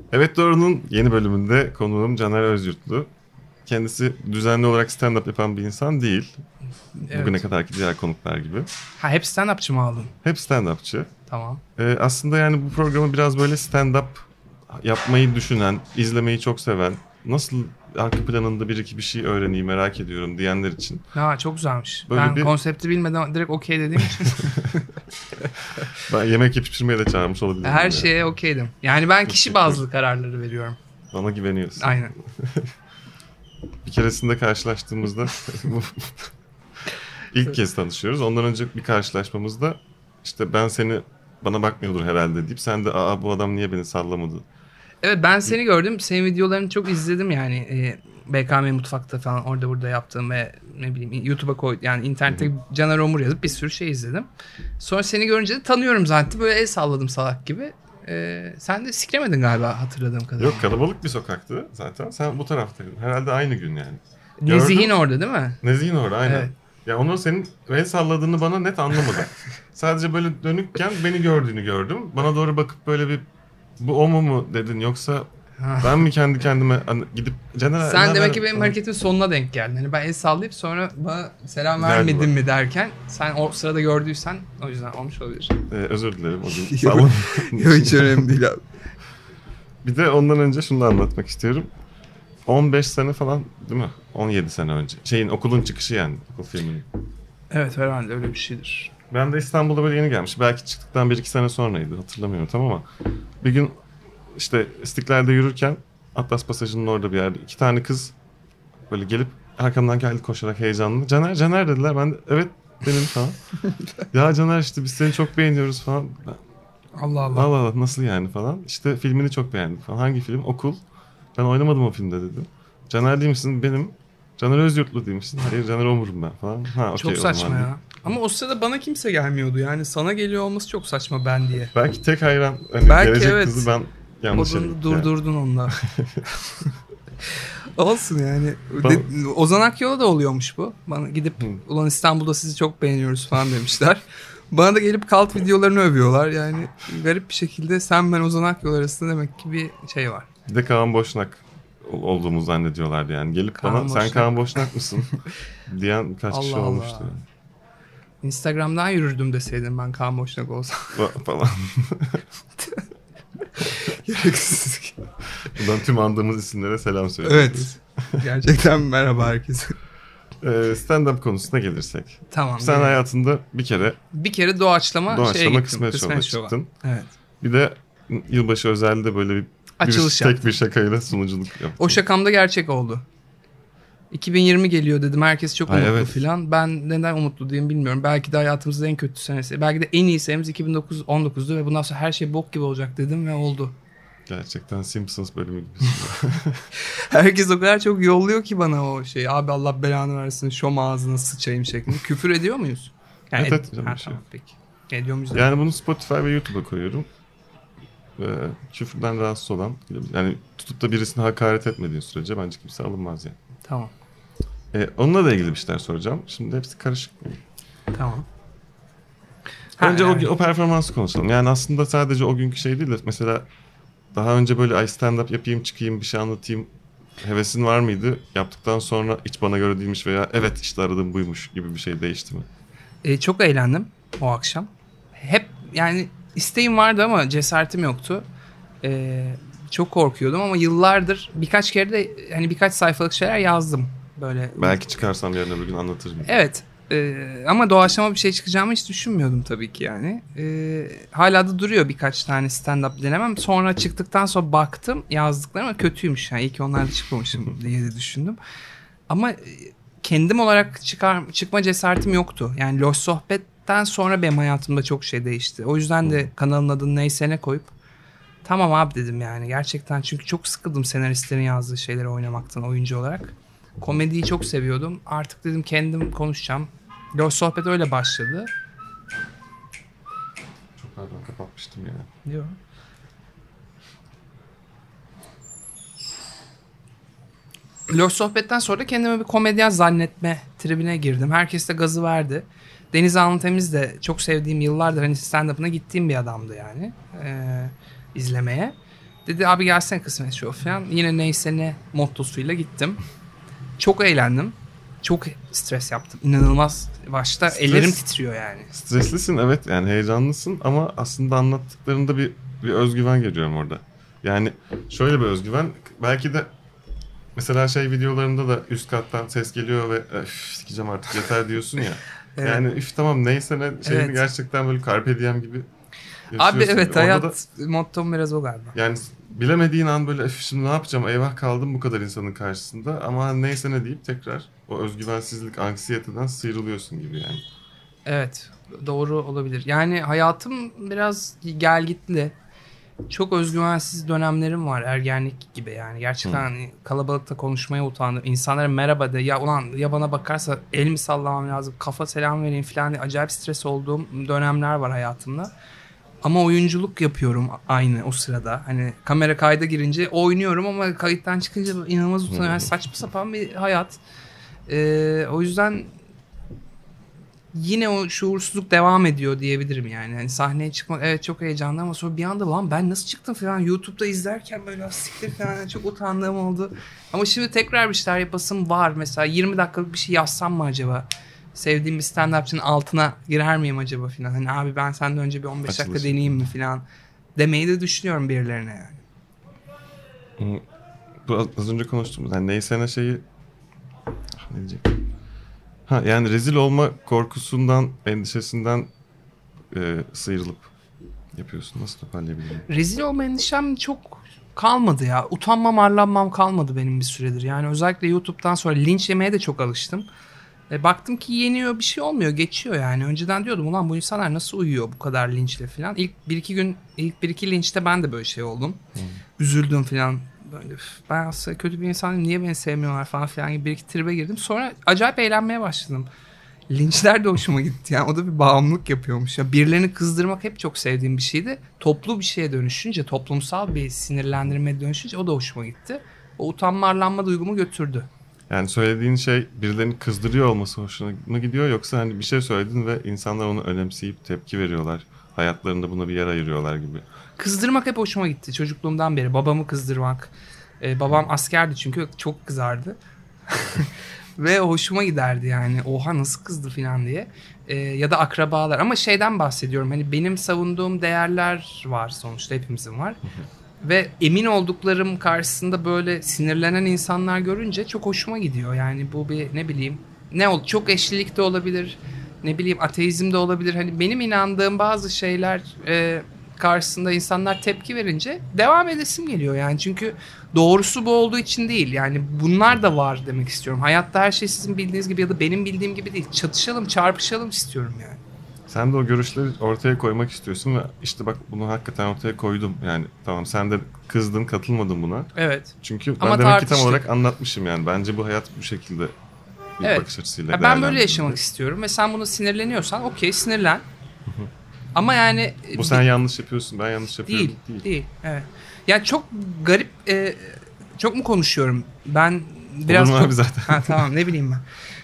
Evet Doğru'nun yeni bölümünde konuğum Caner Özyurtlu. Kendisi düzenli olarak stand-up yapan bir insan değil. Bugüne Evet. kadarki diğer konuklar gibi. Ha, hep stand-upçı mı aldın? Hep stand-upçı. Tamam. Aslında yani bu programı biraz böyle stand-up yapmayı düşünen, izlemeyi çok seven, nasıl arka planında bir iki bir şey öğreneyim merak ediyorum diyenler için. Ha, çok güzelmiş. Böyle Ben bir- konsepti bilmeden direkt okey dediğim için Ben yemek yapıştırmaya da çağırmış olabilirim. her yani. şeye okeydim. Yani ben kişi bazlı kararları veriyorum. Bana güveniyorsun. Aynen. Bir keresinde karşılaştığımızda ilk kez tanışıyoruz. Ondan önce bir karşılaşmamızda işte ben seni bana bakmıyordur herhalde deyip sen de aa bu adam niye beni sallamadı? Evet, ben seni gördüm. Senin videolarını çok izledim yani. BKM Mutfak'ta falan orada burada yaptığım ve ne bileyim YouTube'a koy yani internette Caner Omur yazıp bir sürü şey izledim. Sonra seni görünce de tanıyorum zaten. Böyle el salladım salak gibi. Sen de sikremedin galiba hatırladığım kadarıyla. Yok kalabalık bir sokaktı zaten. Sen bu taraftaydın. Herhalde aynı gün yani. Nezih'in Gördüm. orada değil mi? Nezih'in orada aynen. Evet. Ya onu senin el salladığını bana net anlamadım. Sadece böyle dönükken beni gördüğünü gördüm. Bana doğru bakıp böyle bir bu o mu dedin yoksa ben mi kendi kendime gidip Caner Sen demek ki benim hareketimin sonuna denk geldin. Hani ben el sallayıp sonra bana selam Verdi vermedin bak. mi derken sen o sırada gördüysen o yüzden olmuş olabilir. Özür dilerim o gün. Yok. Sallam- Yok, hiç önemli değil abi. Bir de ondan önce şunu da anlatmak istiyorum. 15 sene falan değil mi? 17 sene önce. Okulun çıkışı yani. Okul filminin. Evet, herhalde öyle bir şeydir. Ben de İstanbul'da böyle yeni gelmiş. Belki çıktıktan 1-2 sene sonraydı. Hatırlamıyorum tam ama. Bir gün işte İstiklal'de yürürken Atlas Pasajı'nın orada bir yerde 2 tane kız böyle gelip arkamdan geldi koşarak heyecanlı. Caner, Caner dediler. Ben de evet benim falan. Ya Caner işte biz seni çok beğeniyoruz falan. Allah Allah. Allah Allah nasıl yani falan. İşte filmini çok beğendik falan. Hangi film? Okul. Ben oynamadım o filmde dedim. Caner değil misin? Benim. Caner Özyurtlu değil misin? Hayır Caner Omur'um ben falan. Ha, okey, Çok o zaman saçma değil. ya. Ama o sırada bana kimse gelmiyordu. Yani sana geliyor olması çok saçma ben diye. Belki tek hayran hani Belki gelecek evet. kızı ben yanlış Odunu yedim. durdurdun onda. Olsun yani. Bana- Ozan Akyol'a da oluyormuş bu. Bana gidip ulan İstanbul'da sizi çok beğeniyoruz falan demişler. Bana da gelip kalt videolarını övüyorlar. Yani garip bir şekilde sen ben Ozan Akyol arasında demek ki bir şey var. Bir de Kaan Boşnak olduğumu zannediyorlardı yani. Gelip Kaan bana sen Boşnak. Kaan Boşnak mısın diyen kaç kişi Allah olmuştu. Allah. Yani. Instagram'dan yürürdüm deseydim ben Kaan Boşnak olsam. Falan. Gereksiz. Buradan tüm andığımız isimlere selam söylüyoruz. Evet. Gerçekten merhaba herkese. Stand-up konusuna gelirsek. Tamam. Sen yani hayatında bir kere bir kere doğaçlama şeye doğaçlama gittim. kısmet şovuna Şova. çıktın. Evet. Bir de yılbaşı özelde böyle bir Açılış tek yaptım. bir şakayla sunuculuk yaptın. O şakam da gerçek oldu. 2020 geliyor dedim. Herkes çok Ay, umutlu evet. filan. Ben neden umutlu diyeyim bilmiyorum. Belki de hayatımızda en kötü senesi. Belki de en iyi senemiz 2019'du ve bundan sonra her şey bok gibi olacak dedim ve oldu. Gerçekten Simpsons bölümü gibi. Herkes o kadar çok yolluyor ki bana o şey. Abi Allah belanı versin şom ağzına sıçayım şeklinde. Küfür ediyor muyuz? Yani Evet, canım, bir şey tamam, peki. Ediyor muyuz? Yani bunu Spotify ve YouTube'a koyuyorum. Küfürden rahatsız olan yani tutup da birisine hakaret etmediğin sürece bence kimse alınmaz yani. Tamam. Onunla da ilgili bir şeyler soracağım. Şimdi hepsi karışık. Tamam. Önce yani. o performansı konuşalım. Yani aslında sadece o günkü şey değil de mesela daha önce böyle ay stand-up yapayım çıkayım bir şey anlatayım hevesin var mıydı? Yaptıktan sonra hiç bana göre değilmiş veya evet işte aradığım buymuş gibi bir şey değişti mi? Çok eğlendim o akşam. Hep yani isteğim vardı ama cesaretim yoktu. Çok korkuyordum ama yıllardır birkaç kere de hani birkaç sayfalık şeyler yazdım. Böyle. Belki çıkarsam yarın öbür gün anlatırım. Evet. Ama doğaçlama bir şey çıkacağımı hiç düşünmüyordum tabii ki yani. Hala da duruyor birkaç tane stand-up denemem. Sonra çıktıktan sonra baktım yazdıklarım kötüymüş. Yani iyi ki onlar da çıkmamışım diye de düşündüm. Ama kendim olarak çıkma cesaretim yoktu. Yani Loş Sohbet'ten sonra benim hayatımda çok şey değişti. O yüzden de kanalın adını neyse ne koyup tamam abi dedim yani. Gerçekten çünkü çok sıkıldım senaristlerin yazdığı şeyleri oynamaktan oyuncu olarak. Komediyi çok seviyordum. Artık dedim kendim konuşacağım. Loş Sohbet öyle başladı. Çok pardon kapatmıştım ya. Diyor. Loş Sohbet'ten sonra da kendime bir komedyen zannetme tribine girdim. Herkes de gazı verdi. Deniz Alnıtemiz de çok sevdiğim yıllardır hani stand-up'ına gittiğim bir adamdı yani. İzlemeye. Dedi abi gelsene kısmet show falan. Yine neyse ne mottosuyla gittim. Çok eğlendim. Çok stres yaptım. İnanılmaz. Başta ellerim titriyor yani. Streslisin evet, yani heyecanlısın ama aslında anlattıklarında bir özgüven görüyorum orada. Yani şöyle bir özgüven, belki de mesela şey videolarında da üst kattan ses geliyor ve sikeceğim artık yeter diyorsun ya. Evet. Yani tamam neyse ne şeyini Evet. gerçekten böyle carpe diem gibi Abi evet, orada hayat da, mottom biraz o galiba. yani bilemediğin an böyle şimdi ne yapacağım, eyvah kaldım bu kadar insanın karşısında, ama neyse ne deyip tekrar o özgüvensizlik, anksiyeteden sıyrılıyorsun gibi yani. Evet, doğru olabilir. Yani hayatım biraz gelgitli. Çok özgüvensiz dönemlerim var, ergenlik gibi yani. Gerçekten hani kalabalıkta konuşmaya utandım. İnsanlara merhaba de, ya ulan ya bana bakarsa el mi sallamam lazım, kafa selam vereyim falan diye acayip stres olduğum dönemler var hayatımda. Ama oyunculuk yapıyorum aynı o sırada. Hani kamera kayda girince oynuyorum ama kayıttan çıkınca inanılmaz utanıyorum. Yani saçma sapan bir hayat. O yüzden yine o şuursuzluk devam ediyor diyebilirim yani. Hani sahneye çıkmak evet çok heyecanlı ama sonra bir anda lan ben nasıl çıktım falan YouTube'da izlerken böyle siktir falan çok utandığım oldu. Ama şimdi tekrar bir şeyler yapasım var. Mesela 20 dakikalık bir şey yazsam mı acaba? Sevdiğim bir stand-upçının altına girer miyim acaba falan. Hani abi ben senden önce bir 15 dakika deneyeyim mi falan demeyi de düşünüyorum birilerine yani. Bu az önce konuştuğumuz yani neyse ne şeyi ne diyecektim? Yani rezil olma korkusundan, endişesinden sıyrılıp yapıyorsun. Nasıl toparlayabilirim? Rezil olma endişem çok kalmadı ya. Utanmam, arlanmam kalmadı benim bir süredir. Yani özellikle YouTube'dan sonra linç yemeye de çok alıştım. Baktım ki yeniyor, bir şey olmuyor, geçiyor yani. Önceden diyordum ulan bu insanlar nasıl uyuyor bu kadar linçle falan. İlk bir iki linçte ben de böyle şey oldum. Üzüldüm falan. Böyle ben aslında kötü bir insanım, niye beni sevmiyorlar falan filan gibi bir iki tribe girdim. Sonra acayip eğlenmeye başladım. Linçler de hoşuma gitti yani. O da bir bağımlılık yapıyormuş. Ya birilerini kızdırmak hep çok sevdiğim bir şeydi. Toplu bir şeye dönüşünce, toplumsal bir sinirlendirmeye dönüşünce o da hoşuma gitti. O utanma arlanma duygumu götürdü. Yani söylediğin şey birilerini kızdırıyor olması hoşuna mı gidiyor, yoksa hani bir şey söyledin ve insanlar onu önemseyip tepki veriyorlar. Hayatlarında buna bir yer ayırıyorlar gibi. Kızdırmak hep hoşuma gitti çocukluğumdan beri. Babamı kızdırmak. Babam askerdi çünkü çok kızardı. Ve hoşuma giderdi yani. Oha nasıl kızdı falan diye. Ya da akrabalar. Ama şeyden bahsediyorum. Hani benim savunduğum değerler var sonuçta, hepimizin var. Ve emin olduklarım karşısında böyle sinirlenen insanlar görünce çok hoşuma gidiyor. Yani bu bir ne bileyim çok eşlilik de olabilir. Ne bileyim ateizm de olabilir. Hani benim inandığım bazı şeyler karşısında insanlar tepki verince devam edesim geliyor yani. Çünkü doğrusu bu olduğu için değil. Yani bunlar da var demek istiyorum. Hayatta her şey sizin bildiğiniz gibi ya da benim bildiğim gibi değil. Çatışalım, çarpışalım istiyorum yani. Sen de o görüşleri ortaya koymak istiyorsun ve işte bak bunu hakikaten ortaya koydum. Yani tamam sen de kızdın, katılmadın buna. Evet. Çünkü Ama ben demek ki tam tartıştık. olarak anlatmışım yani. Bence bu hayat bu şekilde bir Evet. bakış açısıyla Ya ben böyle yaşamak istiyorum ve sen bunu sinirleniyorsan okey sinirlen. Ama yani bu sen yanlış yapıyorsun, ben yanlış yapıyorum. Değil. Evet. Ya çok garip çok mu konuşuyorum? Ben biraz Olur mu çok... abi zaten? Ha tamam, ne bileyim ben.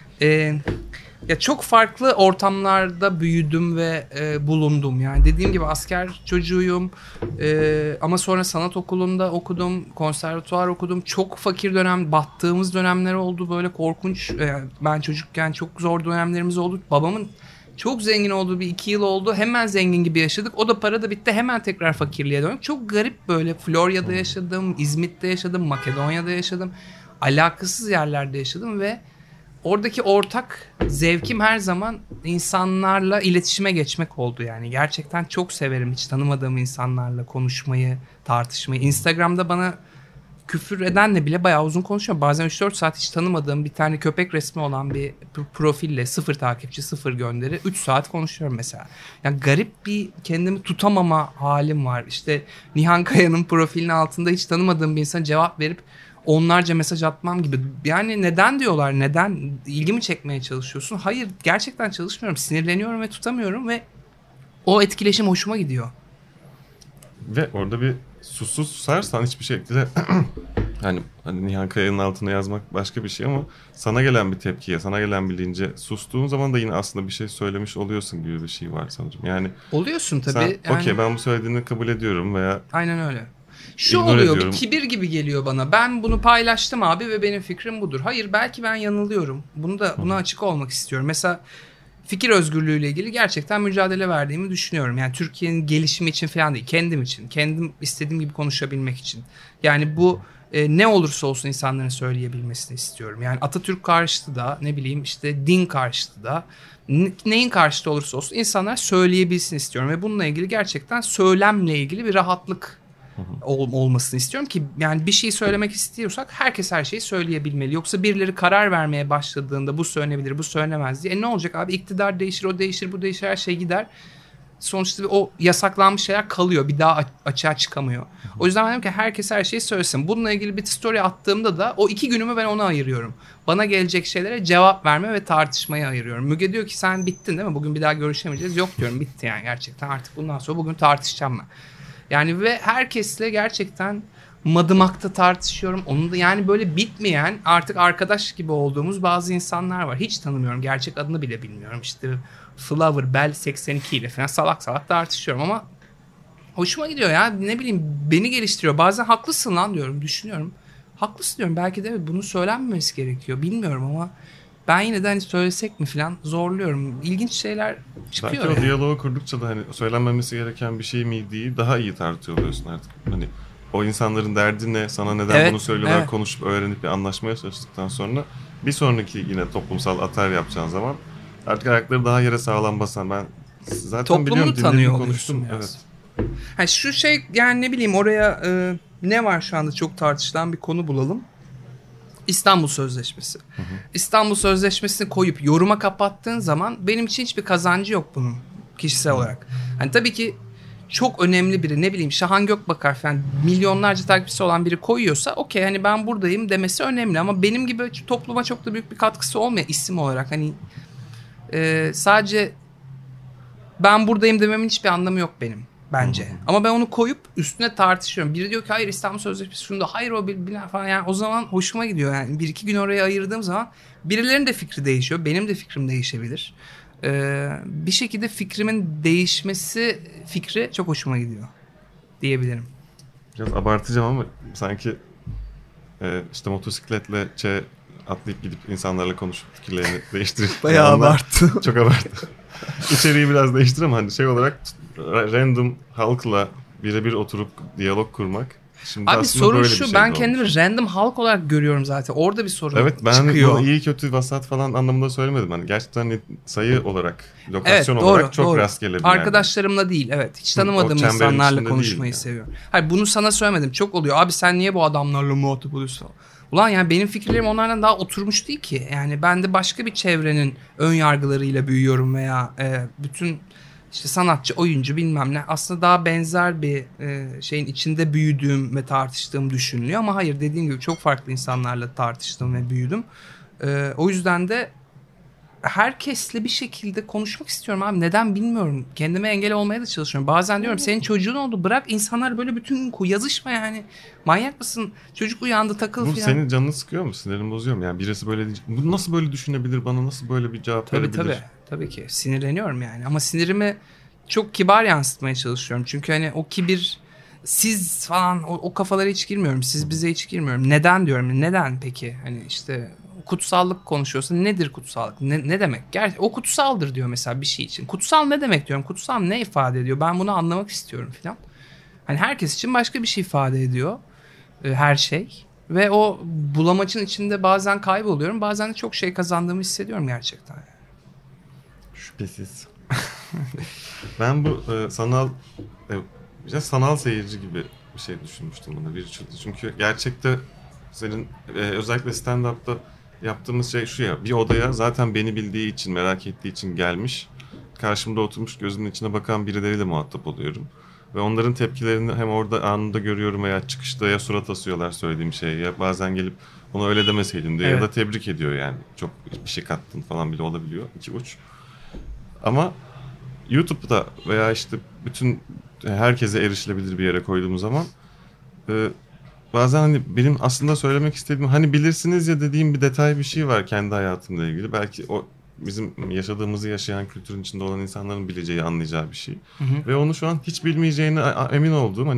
Ya çok farklı ortamlarda büyüdüm ve bulundum. Yani dediğim gibi asker çocuğuyum. Ama sonra sanat okulunda okudum, konservatuvar okudum. Çok fakir battığımız dönemler oldu. Böyle korkunç. Ben çocukken çok zor dönemlerimiz oldu. Babamın çok zengin olduğu bir 2 yıl oldu. Hemen zengin gibi yaşadık. O da para da bitti. Hemen tekrar fakirliğe döndük. Çok garip böyle. Florya'da yaşadım, İzmit'te yaşadım, Makedonya'da yaşadım. Alakasız yerlerde yaşadım ve oradaki ortak zevkim her zaman insanlarla iletişime geçmek oldu yani. Gerçekten çok severim hiç tanımadığım insanlarla konuşmayı, tartışmayı. Instagram'da bana küfür edenle bile bayağı uzun konuşuyorum. Bazen 3-4 saat hiç tanımadığım bir tane köpek resmi olan bir profille 0 takipçi 0 gönderi 3 saat konuşuyorum mesela. Yani garip bir kendimi tutamama halim var. İşte Nihan Kaya'nın profilinin altında hiç tanımadığım bir insana cevap verip onlarca mesaj atmam gibi. Yani neden diyorlar? Neden? İlgimi çekmeye çalışıyorsun? Hayır, gerçekten çalışmıyorum. Sinirleniyorum ve tutamıyorum ve o etkileşim hoşuma gidiyor. Ve orada bir susarsan hiçbir şekilde hani Nihan Kaya'nın altına yazmak başka bir şey, ama sana gelen bir tepkiye, sana gelen bir lince sustuğun zaman da yine aslında bir şey söylemiş oluyorsun gibi bir şey var sanırım. Yani oluyorsun tabii. sen Yani... okey ben bu söylediğini kabul ediyorum veya Aynen öyle. Şu ignore oluyor, ediyorum. bir kibir gibi geliyor bana. Ben bunu paylaştım abi ve benim fikrim budur. Hayır, belki ben yanılıyorum. Buna açık olmak istiyorum. Mesela fikir özgürlüğüyle ilgili gerçekten mücadele verdiğimi düşünüyorum. Yani Türkiye'nin gelişimi için falan değil, kendim için. Kendim istediğim gibi konuşabilmek için. Yani bu ne olursa olsun insanların söyleyebilmesini istiyorum. Yani Atatürk karşıtı da, ne bileyim işte din karşıtı da, neyin karşıtı olursa olsun insanlar söyleyebilsin istiyorum. Ve bununla ilgili gerçekten söylemle ilgili bir rahatlık olmasını istiyorum ki yani bir şey söylemek istiyorsak herkes her şeyi söyleyebilmeli. Yoksa birileri karar vermeye başladığında bu söylenebilir, bu söylenemez diye. Ne olacak abi? İktidar değişir, o değişir, bu değişir, her şey gider. Sonuçta o yasaklanmış şeyler kalıyor. Bir daha açığa çıkamıyor. O yüzden ben diyorum ki herkes her şeyi söylesin. Bununla ilgili bir story attığımda da o 2 günümü ben ona ayırıyorum. Bana gelecek şeylere cevap verme ve tartışmaya ayırıyorum. Müge diyor ki sen bittin değil mi? Bugün bir daha görüşemeyeceğiz. Yok diyorum, bitti yani gerçekten. Artık bundan sonra bugün tartışacağım ben. Yani ve herkesle gerçekten madımakta tartışıyorum. Onun da yani böyle bitmeyen artık arkadaş gibi olduğumuz bazı insanlar var. Hiç tanımıyorum. Gerçek adını bile bilmiyorum. İşte Flower Bell 82 ile falan salak salak tartışıyorum ama hoşuma gidiyor ya. Ne bileyim, beni geliştiriyor. Bazen haklısın lan diyorum. Düşünüyorum. Haklısın diyorum. Belki de bunu söylenmemesi gerekiyor. Bilmiyorum ama ben yine de hani söylesek mi falan zorluyorum. İlginç şeyler çıkıyor. Belki yani. o diyaloğu kurdukça da hani söylenmemesi gereken bir şey miydi daha iyi tartıyor oluyorsun artık. Hani o insanların derdi ne, sana neden Evet, bunu söylüyorlar, evet. konuşup öğrenip bir anlaşmaya çalıştıktan sonra bir sonraki yine toplumsal atar yapacağın zaman artık ayakları daha yere sağlam basan, ben zaten Toplumunu biliyorum, tanıyor dinledim, oluyorsun konuştum. biraz. Evet. Ha, şu şey yani ne bileyim oraya ne var şu anda çok tartışılan bir konu bulalım. İstanbul Sözleşmesi. İstanbul Sözleşmesi'ni koyup yoruma kapattığın zaman benim için hiçbir kazancı yok bunun kişisel olarak. Hani tabii ki çok önemli biri, ne bileyim Şahan Gökbakar falan milyonlarca takipçisi olan biri koyuyorsa okey, hani ben buradayım demesi önemli ama benim gibi topluma çok da büyük bir katkısı olmayan isim olarak hani sadece ben buradayım dememin hiçbir anlamı yok benim bence. Ama ben onu koyup üstüne tartışıyorum. Biri diyor ki hayır İstanbul Sözleşmesi şunda, hayır o bir falan, yani o zaman hoşuma gidiyor yani. 1-2 gün oraya ayırdığım zaman birilerinin de fikri değişiyor. Benim de fikrim değişebilir. Bir şekilde fikrimin değişmesi fikri çok hoşuma gidiyor diyebilirim. Biraz abartacağım ama sanki işte motosikletle atlayıp gidip insanlarla konuşup fikirlerini değiştirip Bayağı abarttı. Çok abarttı. İçeriği biraz değiştir ama hani şey olarak random halkla birebir oturup diyalog kurmak. Şimdi Abi sorun böyle şu, bir şey ben olmuş. kendimi random halk olarak görüyorum zaten. Orada bir sorun Evet, ben çıkıyor. bunu iyi kötü vasat falan anlamında söylemedim. Hani gerçekten hani sayı olarak, Evet, lokasyon doğru, olarak çok doğru. rastgele bir Arkadaşlarımla değil, evet. Hiç tanımadığım o çemberin insanlarla içinde konuşmayı değil yani. seviyorum. Hayır, bunu sana söylemedim. Çok oluyor. Abi sen niye bu adamlarla muhatap oluyorsun? Ulan yani benim fikirlerim onlardan daha oturmuş değil ki. Yani ben de başka bir çevrenin ön yargılarıyla büyüyorum veya bütün işte sanatçı, oyuncu bilmem ne aslında daha benzer bir şeyin içinde büyüdüğüm ve tartıştığım düşünülüyor. Ama hayır, dediğim gibi çok farklı insanlarla tartıştım ve büyüdüm. O yüzden de herkesle bir şekilde konuşmak istiyorum abi. Neden bilmiyorum. Kendime engel olmaya da çalışıyorum. Bazen diyorum senin çocuğun oldu, bırak insanlar böyle bütün gün yazışma yani. Manyak mısın? Çocuk uyandı, takıl Bu filan. senin canını sıkıyor mu? Sinirini bozuyor mu? Yani birisi böyle diyecek. Bu nasıl böyle düşünebilir? Bana nasıl böyle bir cevap verebilir? Tabii ki. Sinirleniyorum yani. Ama sinirimi çok kibar yansıtmaya çalışıyorum. Çünkü hani o kibir, siz falan o kafalara hiç girmiyorum. Siz bize hiç girmiyorum. Neden diyorum. Neden peki? Hani işte kutsallık konuşuyorsa nedir kutsallık? Ne demek? O kutsaldır diyor mesela bir şey için. Kutsal ne demek diyorum. Kutsal ne ifade ediyor? Ben bunu anlamak istiyorum falan. Hani herkes için başka bir şey ifade ediyor. Her şey. Ve o bulamacın içinde bazen kayboluyorum. Bazen de çok şey kazandığımı hissediyorum gerçekten. Şüphesiz. Ben bu sanal seyirci gibi bir şey düşünmüştüm buna, virtual. Çünkü gerçekte senin özellikle stand-up'ta yaptığımız şey şu ya, bir odaya zaten beni bildiği için, merak ettiği için gelmiş, karşımda oturmuş gözümün içine bakan birileriyle muhatap oluyorum. Ve onların tepkilerini hem orada anında görüyorum veya çıkışta ya surat asıyorlar söylediğim şeye, ya bazen gelip ona öyle demeseydin diyor, Evet. ya da tebrik ediyor yani. Çok bir şey kattın falan bile olabiliyor. İki uç. Ama YouTube'da veya işte bütün herkese erişilebilir bir yere koyduğum zaman bazen hani benim aslında söylemek istediğim, hani bilirsiniz ya dediğim bir detay, bir şey var kendi hayatımla ilgili. Belki o bizim yaşadığımızı yaşayan kültürün içinde olan insanların bileceği, anlayacağı bir şey. Hı hı. Ve onu şu an hiç bilmeyeceğine emin olduğum, hani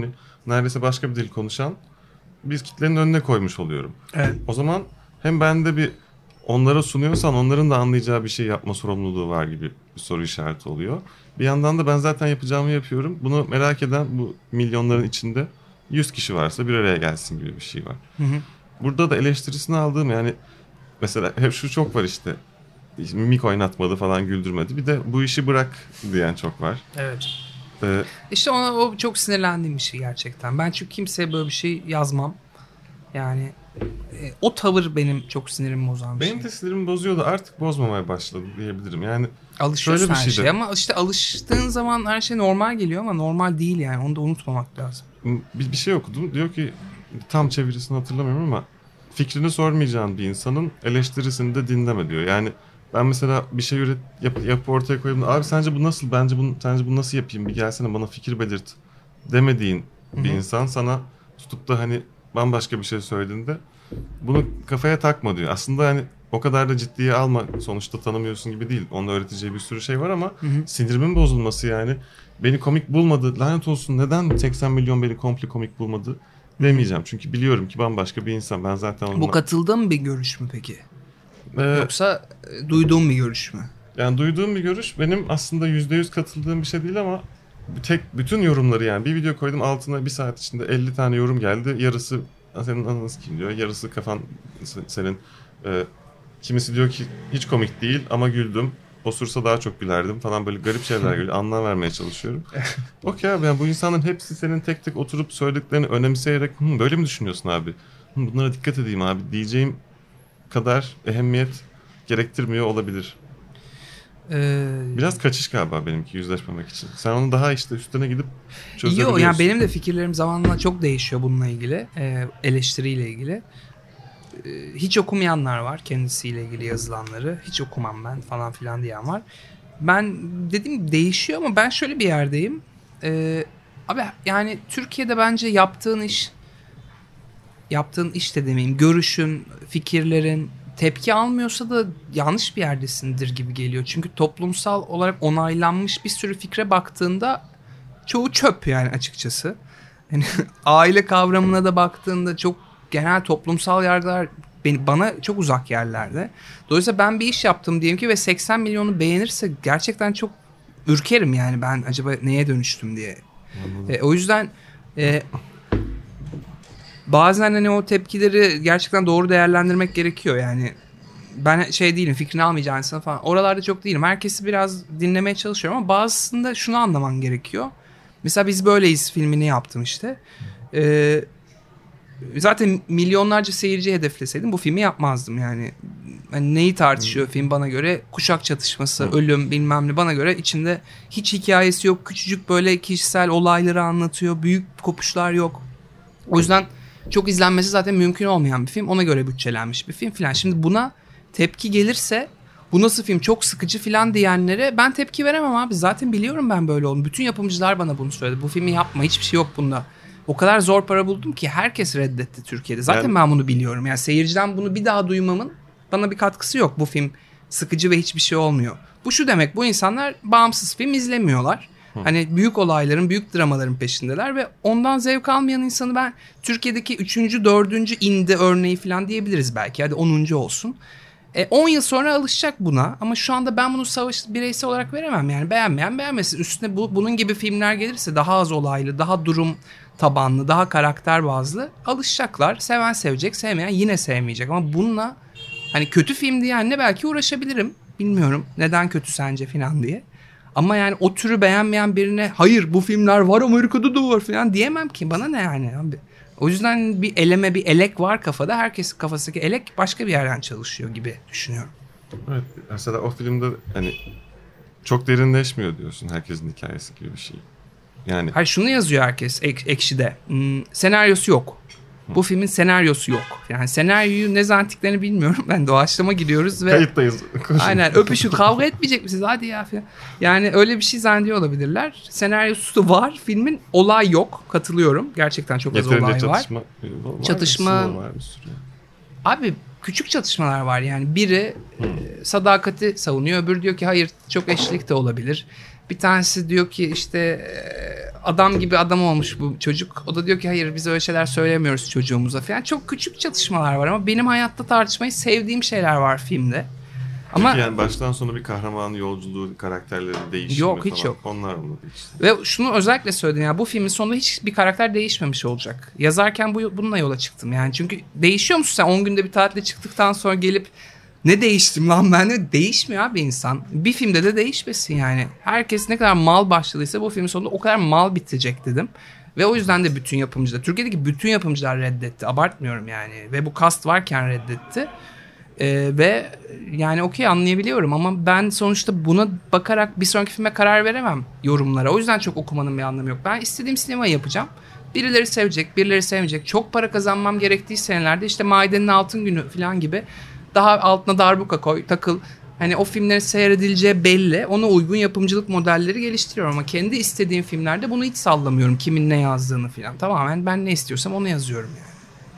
neredeyse başka bir dil konuşan bir kitlenin önüne koymuş oluyorum. Evet. O zaman hem bende bir onlara sunuyorsan onların da anlayacağı bir şey yapma sorumluluğu var gibi bir soru işareti oluyor. Bir yandan da ben zaten yapacağımı yapıyorum. Bunu merak eden bu milyonların içinde 100 kişi varsa bir araya gelsin gibi bir şey var. Hı hı. Burada da eleştirisini aldığım yani mesela hep şu çok var işte mimik oynatmadı falan güldürmedi. Bir de bu işi bırak diyen çok var. Evet. Ee, İşte o çok sinirlendiğim bir şey gerçekten. Ben çünkü kimseye böyle bir şey yazmam. Yani o tavır benim çok sinirimi bozan bir şey. benim de sinirimi bozuyordu. Artık bozmamaya başladı diyebilirim. Yani Alışıyorsun şöyle bir her şey de- şeye ama işte alıştığın zaman her şey normal geliyor ama normal değil yani. Onu da unutmamak lazım. bir şey okudum. Diyor ki tam çevirisini hatırlamıyorum ama fikrini sormayacağın bir insanın eleştirisini de dinleme diyor. Yani ben mesela bir şey yapıp ortaya koyayım. Abi sence bu nasıl? Sence bu nasıl yapayım? Bir gelsene bana fikir belirt demediğin bir insan sana tutup da hani bambaşka bir şey söylediğinde bunu kafaya takma diyor. Aslında hani o kadar da ciddiye alma. Sonuçta tanımıyorsun gibi değil. Onun öğreteceği bir sürü şey var ama sinirimin bozulması yani. Beni komik bulmadı. Lanet olsun neden 80 milyon beni komple komik bulmadı demeyeceğim. Çünkü biliyorum ki bambaşka bir insan. Ben zaten onunla... Bu katıldığın bir görüş mü peki? Yoksa duyduğun bir görüş mü? Yani duyduğum bir görüş benim aslında %100 katıldığım bir şey değil ama bütün yorumları yani bir video koydum altına bir saat içinde 50 tane yorum geldi. Yarısı senin ananı kim diyor. Yarısı kafan senin. Kimisi diyor ki hiç komik değil ama güldüm. Osursa daha çok gülerdim falan böyle garip şeyler geliyor. Anlam vermeye çalışıyorum. Okey abi yani bu insanların hepsi senin tek tek oturup söylediklerini önemseyerek böyle mi düşünüyorsun abi? Bunlara dikkat edeyim abi diyeceğim kadar ehemmiyet gerektirmiyor olabilir. Biraz kaçış galiba benimki yüzleşmemek için. Sen onu daha işte üstüne gidip çözebiliyorsun. Yok yani benim de fikirlerim zamanla çok değişiyor bununla ilgili. Eleştiriyle ilgili. Hiç okumayanlar var kendisiyle ilgili yazılanları. Hiç okumam ben falan filan diyen var. Ben dediğim değişiyor ama ben şöyle bir yerdeyim. Abi yani Türkiye'de bence yaptığın iş de demeyeyim, görüşün, fikirlerin tepki almıyorsa da yanlış bir yerdesindir gibi geliyor. Çünkü toplumsal olarak onaylanmış bir sürü fikre baktığında çoğu çöp yani açıkçası. Yani aile kavramına da baktığında çok genel toplumsal yargılar bana çok uzak yerlerde. Dolayısıyla ben bir iş yaptım diyelim ki ve 80 milyonu beğenirse gerçekten çok ürkerim yani ben acaba neye dönüştüm diye. O yüzden bazen hani o tepkileri gerçekten doğru değerlendirmek gerekiyor yani. Ben değilim, fikrini almayacağın insan falan. Oralarda çok değilim. Herkesi biraz dinlemeye çalışıyorum ama bazısında şunu anlaman gerekiyor. Mesela Biz Böyleyiz filmini yaptım işte. Zaten milyonlarca seyirci hedefleseydim bu filmi yapmazdım yani. Yani neyi tartışıyor film bana göre? Kuşak çatışması, ölüm bilmem ne, bana göre içinde hiç hikayesi yok. Küçücük böyle kişisel olayları anlatıyor. Büyük kopuşlar yok. O yüzden çok izlenmesi zaten mümkün olmayan bir film. Ona göre bütçelenmiş bir film filan. Şimdi buna tepki gelirse bu nasıl film çok sıkıcı filan diyenlere ben tepki veremem abi. Zaten biliyorum ben böyle olduğunu. Bütün yapımcılar bana bunu söyledi. Bu filmi yapma, hiçbir şey yok bunda. O kadar zor para buldum ki herkes reddetti Türkiye'de. Zaten ben bunu biliyorum. Yani seyirciden bunu bir daha duymamın bana bir katkısı yok. Bu film sıkıcı ve hiçbir şey olmuyor. Bu şu demek, bu insanlar bağımsız film izlemiyorlar. Hani büyük olayların, büyük dramaların peşindeler ve ondan zevk almayan insanı ben Türkiye'deki 3. 4. indie örneği falan diyebiliriz belki. Hadi 10. olsun. 10 yıl sonra alışacak buna ama şu anda ben bunu bireysel olarak veremem. Yani beğenmeyen beğenmesin. Üstüne bunun gibi filmler gelirse daha az olaylı, daha durum tabanlı, daha karakter bazlı alışacaklar. Seven sevecek, sevmeyen yine sevmeyecek. Ama bununla hani kötü film diyenle belki uğraşabilirim. Bilmiyorum neden kötü sence falan diye. Ama yani o türü beğenmeyen birine hayır bu filmler var Amerika'da da var falan diyemem ki. Bana ne yani abi. O yüzden bir elek var kafada. Herkesin kafasındaki elek başka bir yerden çalışıyor gibi düşünüyorum. Evet, mesela o filmde hani çok derinleşmiyor diyorsun herkesin hikayesi gibi bir şey. Yani hayır şunu yazıyor herkes Ekşi'de. Senaryosu yok. Bu filmin senaryosu yok. Yani senaryoyu ne zannettiklerini bilmiyorum. Ben doğaçlama gidiyoruz ve kayıttayız. Aynen öpüşün kavga etmeyecek misiniz hadi ya falan. Yani öyle bir şey zannediyor olabilirler. Senaryosu var. Filmin olay yok. Katılıyorum. Gerçekten çok az olay var. Çatışma var bir sürü. Abi küçük çatışmalar var yani. Biri sadakati savunuyor. Öbürü diyor ki hayır çok eşlik de olabilir. Bir tanesi diyor ki işte adam gibi adam olmuş bu çocuk. O da diyor ki hayır biz öyle şeyler söylemiyoruz çocuğumuza falan. Çok küçük çatışmalar var ama benim hayatta tartışmayı sevdiğim şeyler var filmde. Ama yani baştan sona bir kahraman yolculuğu, karakterlerin değişimi yok, falan. hiç yok. Onlar mı değişti? Ve şunu özellikle söyledim ya, bu filmin sonunda hiçbir karakter değişmemiş olacak. Yazarken bununla yola çıktım yani. Çünkü değişiyor musun sen 10 günde bir tatile çıktıktan sonra gelip ne değiştim lan ben de, değişmiyor abi insan. Bir filmde de değişmesin yani. Herkes ne kadar mal başladıysa bu filmin sonunda o kadar mal bitecek dedim. Ve o yüzden de bütün yapımcılar, Türkiye'deki bütün yapımcılar reddetti. Abartmıyorum yani. Ve bu cast varken reddetti. Ve yani okey, anlayabiliyorum ama ben sonuçta buna bakarak bir sonraki filme karar veremem, yorumlara. O yüzden çok okumanın bir anlamı yok. Ben istediğim sinemayı yapacağım. Birileri sevecek, birileri sevmeyecek. Çok para kazanmam gerektiği senelerde işte Maidenin Altın Günü falan gibi daha altına darbuka koy, takıl. Hani o filmlerin seyredileceği belli. Ona uygun yapımcılık modelleri geliştiriyorum ama kendi istediğim filmlerde bunu hiç sallamıyorum. Kimin ne yazdığını falan. Tamamen ben ne istiyorsam onu yazıyorum yani.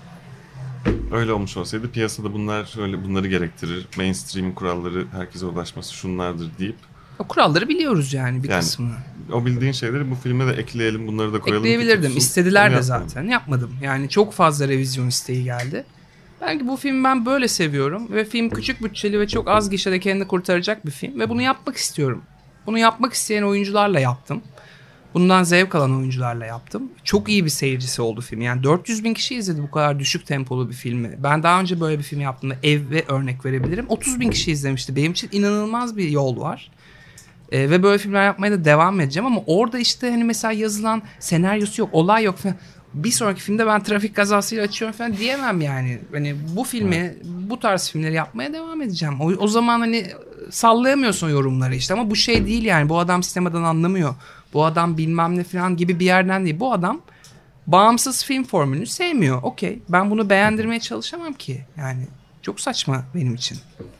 Öyle olmuş olsaydı piyasada bunları gerektirir. Mainstream kuralları herkese ulaşması şunlardır deyip. O kuralları biliyoruz yani bir kısmını. O bildiğin şeyleri bu filme de ekleyelim, bunları da koyalım. Ekleyebilirdim. İstediler de zaten. Yapmadım. Yani çok fazla revizyon isteği geldi. Belki bu filmi ben böyle seviyorum. Ve film küçük bütçeli ve çok az gişede kendini kurtaracak bir film. Ve bunu yapmak istiyorum. Bunu yapmak isteyen oyuncularla yaptım. Bundan zevk alan oyuncularla yaptım. Çok iyi bir seyircisi oldu film. Yani 400 bin kişi izledi bu kadar düşük tempolu bir filmi. Ben daha önce böyle bir film yaptığımda Ev'e örnek verebilirim. 30 bin kişi izlemişti. Benim için inanılmaz bir yol var. Ve böyle filmler yapmaya da devam edeceğim. Ama orada işte hani mesela yazılan senaryosu yok, olay yok falan. Bir sonraki filmde ben trafik kazasıyla açıyorum falan diyemem yani. Hani bu filmi, bu tarz filmleri yapmaya devam edeceğim. O zaman hani sallayamıyorsun yorumları işte. Ama bu şey değil yani. Bu adam sinemadan anlamıyor. Bu adam bilmem ne falan gibi bir yerden değil. Bu adam bağımsız film formülünü sevmiyor. Okey. Ben bunu beğendirmeye çalışamam ki. Yani çok saçma benim için.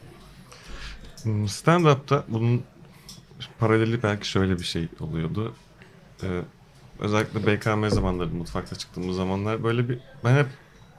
Stand-up'ta bunun paraleli belki şöyle bir şey oluyordu. Özellikle BKM zamanları, mutfakta çıktığımız zamanlar böyle ben hep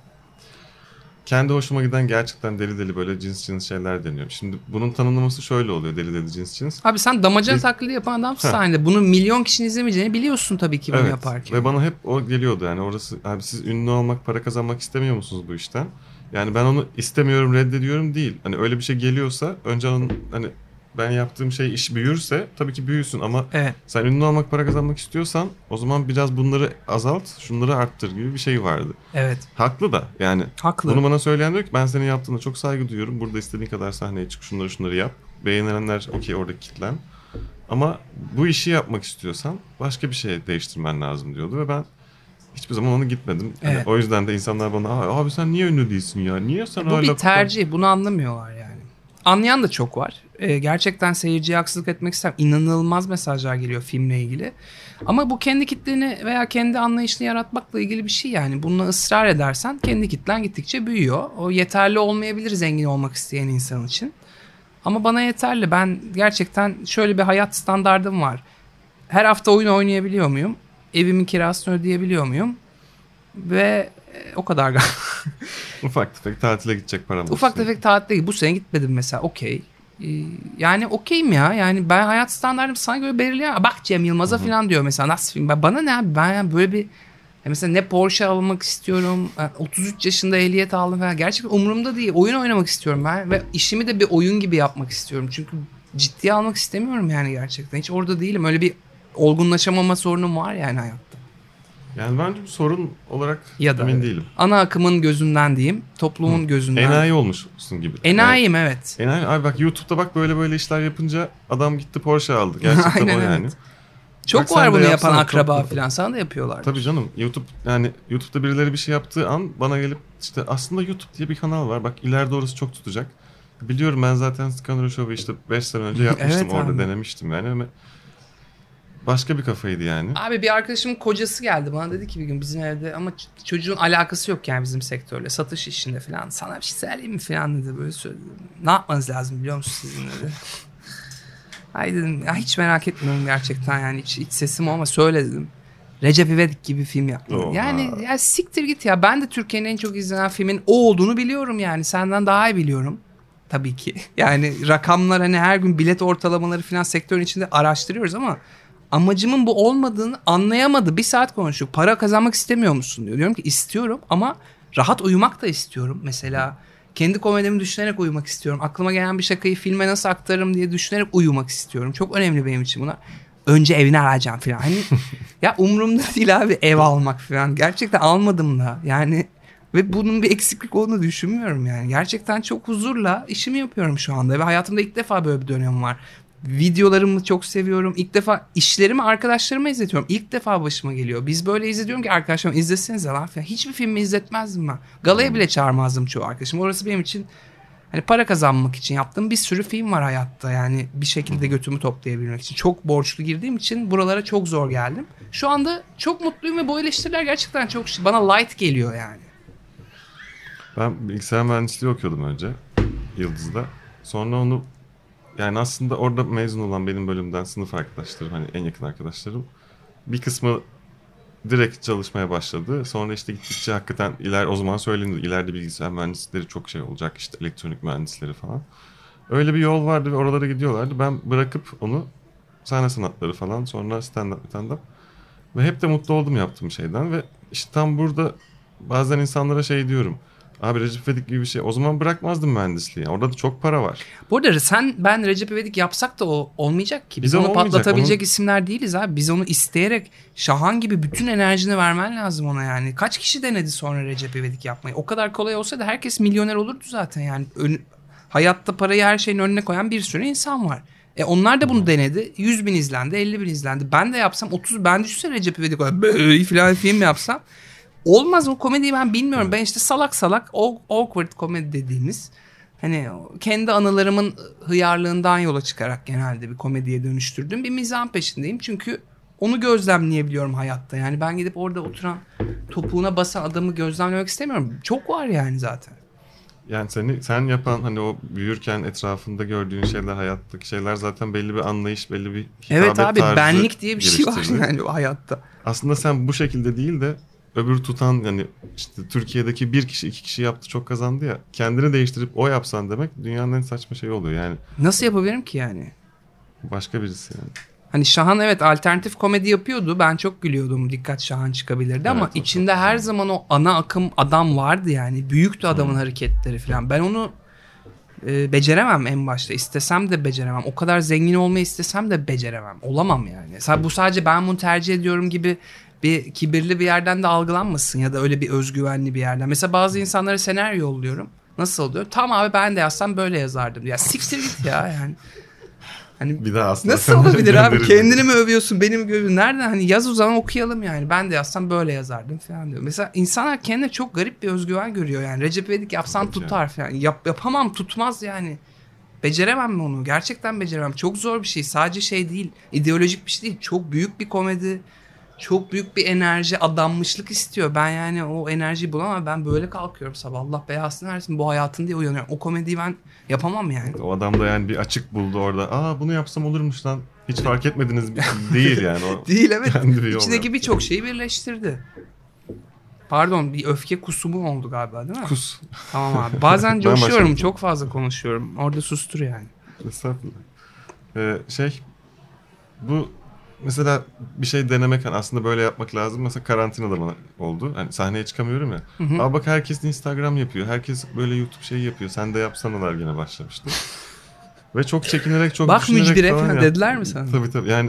kendi hoşuma giden gerçekten deli deli böyle cins şeyler deniyorum. Şimdi bunun tanımlaması şöyle oluyor, deli deli cins. Abi sen damacana taklidi yapan adamsın sahnede. Bunu milyon kişinin izlemeyeceğini biliyorsun tabii ki bunu evet, yaparken. Ve bana hep o geliyordu yani orası, abi siz ünlü olmak, para kazanmak istemiyor musunuz bu işten? Yani ben onu istemiyorum, reddediyorum değil. Hani öyle bir şey geliyorsa önce onun hani ben yaptığım şey iş büyürse tabii ki büyüsün ama sen ünlü olmak, para kazanmak istiyorsan o zaman biraz bunları azalt, şunları arttır gibi bir şey vardı. Evet. Haklı da yani. Haklı. Bunu bana söyleyen diyor ki ben senin yaptığına çok saygı duyuyorum. Burada istediğin kadar sahneye çık, şunları yap. Beğenilenler okey, oradaki kitlen. Ama bu işi yapmak istiyorsan başka bir şey değiştirmen lazım diyordu ve ben hiçbir zaman onu gitmedim. Evet. Yani o yüzden de insanlar bana abi sen niye ünlü değilsin ya? Niye sen bu bir tercih. Bunu anlamıyorlar yani. Anlayan da çok var. Gerçekten seyirciye haksızlık etmek istemem. İnanılmaz mesajlar geliyor filmle ilgili. Ama bu kendi kitleni veya kendi anlayışını yaratmakla ilgili bir şey yani. Bununla ısrar edersen kendi kitlen gittikçe büyüyor. O yeterli olmayabilir zengin olmak isteyen insan için. Ama bana yeterli. Ben gerçekten şöyle bir hayat standardım var. Her hafta oyun oynayabiliyor muyum? Evimin kirasını ödeyebiliyor muyum? Ve o kadar galiba. Ufak tefek tatile gidecek param. Ufak tefek tatile bu sene gitmedim mesela, okey. Yani okeyim ya. Yani ben hayat standartım sana göre belirliyorum. Bak Cem Yılmaz'a falan diyor mesela, nasıl film? Bana ne abi? Ben yani böyle bir mesela ne Porsche almak istiyorum. 33 yaşında ehliyet aldım falan. Gerçekten umurumda değil. Oyun oynamak istiyorum ben. Ve işimi de bir oyun gibi yapmak istiyorum. Çünkü ciddiye almak istemiyorum yani gerçekten. Hiç orada değilim. Öyle bir olgunlaşamama sorunum var yani hayatta. Yani bence bir sorun olarak ya da emin değilim. Ana akımın gözünden diyeyim. Toplumun gözünden. Enayi olmuşsun gibi. Enayiyim evet. Enayi. Abi bak YouTube'da bak böyle işler yapınca adam gitti Porsche aldı. Gerçekten aynen, o yani. Evet. Çok bak, var bunu yapan akraba falan. Sana da yapıyorlar. Tabii canım. YouTube'da birileri bir şey yaptığı an bana gelip işte aslında YouTube diye bir kanal var. Bak ileride orası çok tutacak. Biliyorum ben zaten Scanner Show'u işte 5 sene önce yapmıştım. Evet, orada denemiştim yani ama başka bir kafaydı yani. Abi bir arkadaşımın kocası geldi bana, dedi ki bir gün bizim evde, ama çocuğun alakası yok yani bizim sektörle, satış işinde falan. Sana bir şey söyleyeyim mi falan dedi, böyle söyledi. Ne yapmanız lazım biliyor musun sizin dedi. Ay dedim ya, hiç merak etmiyorum gerçekten yani, hiç sesim ama söyle dedim. Recep İvedik gibi film yaptım. Yani ya siktir git ya, ben de Türkiye'nin en çok izlenen filmin o olduğunu biliyorum yani, senden daha iyi biliyorum. Tabii ki yani rakamlar, hani her gün bilet ortalamaları falan sektörün içinde araştırıyoruz ama amacımın bu olmadığını anlayamadı. Bir saat konuştuk. Para kazanmak istemiyor musun diyor. Diyorum ki istiyorum ama rahat uyumak da istiyorum. Mesela kendi komedimi düşünerek uyumak istiyorum. Aklıma gelen bir şakayı filme nasıl aktarırım diye düşünerek uyumak istiyorum. Çok önemli benim için bunlar. Önce evini alacağım falan. Hani ya umurumda değil abi ev almak falan. Gerçekten almadım da. Yani ve bunun bir eksiklik olduğunu düşünmüyorum yani. Gerçekten çok huzurla işimi yapıyorum şu anda. Ve hayatımda ilk defa böyle bir dönem var. Videolarımı çok seviyorum. İlk defa işlerimi arkadaşlarıma izletiyorum. İlk defa başıma geliyor. Biz böyle izletiyorum ki arkadaşlarım izlesenize lan falan. Hiçbir filmi izletmezdim ben. Galaya bile çağırmazdım çoğu arkadaşım. Orası benim için hani para kazanmak için yaptığım bir sürü film var hayatta. Yani bir şekilde götümü toplayabilmek için. Çok borçlu girdiğim için buralara çok zor geldim. Şu anda çok mutluyum ve bu eleştiriler gerçekten çok bana light geliyor yani. Ben bilgisayar mühendisliği okuyordum önce Yıldız'da. Sonra onu yani aslında orada mezun olan benim bölümden sınıf arkadaşlarım, hani en yakın arkadaşlarım, bir kısmı direkt çalışmaya başladı. Sonra işte gittikçe hakikaten o zaman söylenir, ileride bilgisayar mühendisleri çok şey olacak, işte elektronik mühendisleri falan. Öyle bir yol vardı ve oralara gidiyorlardı. Ben bırakıp onu sahne sanatları falan, sonra stand-up. Ve hep de mutlu oldum yaptığım şeyden ve işte tam burada bazen insanlara şey diyorum. Abi Recep İvedik gibi bir şey. O zaman bırakmazdım mühendisliği. Orada da çok para var. Bu arada ben Recep İvedik yapsak da o olmayacak ki. Biz Bize onu olmayacak. patlatabilecek isimler değiliz abi. Biz onu isteyerek Şahan gibi bütün enerjini vermen lazım ona yani. Kaç kişi denedi sonra Recep İvedik yapmayı? O kadar kolay olsaydı herkes milyoner olurdu zaten yani. Hayatta parayı her şeyin önüne koyan bir sürü insan var. Onlar da bunu denedi. 100 bin izlendi, 50 bin izlendi. Ben de yapsam 30, ben düşünsene Recep İvedik böyle falan film yapsam. Olmaz, o komediyi ben bilmiyorum. Ben işte salak awkward komedi dediğimiz hani kendi anılarımın hıyarlığından yola çıkarak genelde bir komediye dönüştürdüğüm bir mizahın peşindeyim. Çünkü onu gözlemleyebiliyorum hayatta. Yani ben gidip orada oturan topuğuna basan adamı gözlemlemek istemiyorum. Çok var yani zaten. Yani sen yapan hani o büyürken etrafında gördüğün şeyler, hayattaki şeyler zaten belli bir anlayış, belli bir hitabet evet abi, tarzı benlik diye bir şey var geliştirdi. yani o hayatta. Aslında sen bu şekilde değil de öbür tutan, yani işte Türkiye'deki bir kişi 2 kişi yaptı çok kazandı ya, kendini değiştirip o yapsan demek dünyanın en saçma şeyi oluyor yani. Nasıl yapabilirim ki yani? Başka birisi yani. Hani Şahan evet alternatif komedi yapıyordu. Ben çok gülüyordum. Dikkat Şahan çıkabilirdi ama Evet, içinde her zaman o ana akım adam vardı yani. Büyüktü adamın hareketleri falan. Ben onu beceremem en başta. İstesem de beceremem. O kadar zengin olmayı istesem de beceremem. Olamam yani. Bu sadece ben bunu tercih ediyorum gibi bir kibirli bir yerden de algılanmasın ya da öyle bir özgüvenli bir yerden. Mesela bazı insanlara senaryo yolluyorum. Nasıl oluyor? Tamam abi ben de yazsam böyle yazardım. Ya siktir git ya yani. Hani Bir daha aslında nasıl olabilir abi? Kendini mi övüyorsun, beni mi övüyorsun? Nereden? Hani yaz o zaman okuyalım yani. Ben de yazsam böyle yazardım falan diyor. Mesela insanlar kendine çok garip bir özgüven görüyor yani. Recep İvedik yapsan Evet tutar falan. Yapamam, tutmaz yani. Beceremem mi onu? Gerçekten beceremem. Çok zor bir şey. Sadece şey değil. İdeolojik bir şey değil. Çok büyük bir komedi. Çok büyük bir enerji, adanmışlık istiyor. Ben yani o enerjiyi bulamam. Ben böyle kalkıyorum sabah. Allah belasını versin bu hayatın diye uyanıyorum. O komediyi ben yapamam yani. O adam da yani bir açık buldu orada. Aa bunu yapsam olurmuş lan. Hiç fark etmediniz değil yani. O değil evet. İçindeki birçok şeyi birleştirdi. Pardon, bir öfke kusumu oldu galiba değil mi? Kus. Tamam abi. Bazen coşuyorum, çok fazla konuşuyorum. Orada sustur yani. Estağfurullah. Bu mesela bir şey denemek, hani aslında böyle yapmak lazım. Mesela karantinada bana oldu. Hani sahneye çıkamıyorum ya. Abi bak herkes Instagram yapıyor. Herkes böyle YouTube şeyi yapıyor. Sen de yapsanalar gene başlamıştı. Ve çok çekinerek, çok bak düşünerek mücbire falan falan dediler mi sana? Tabii yani.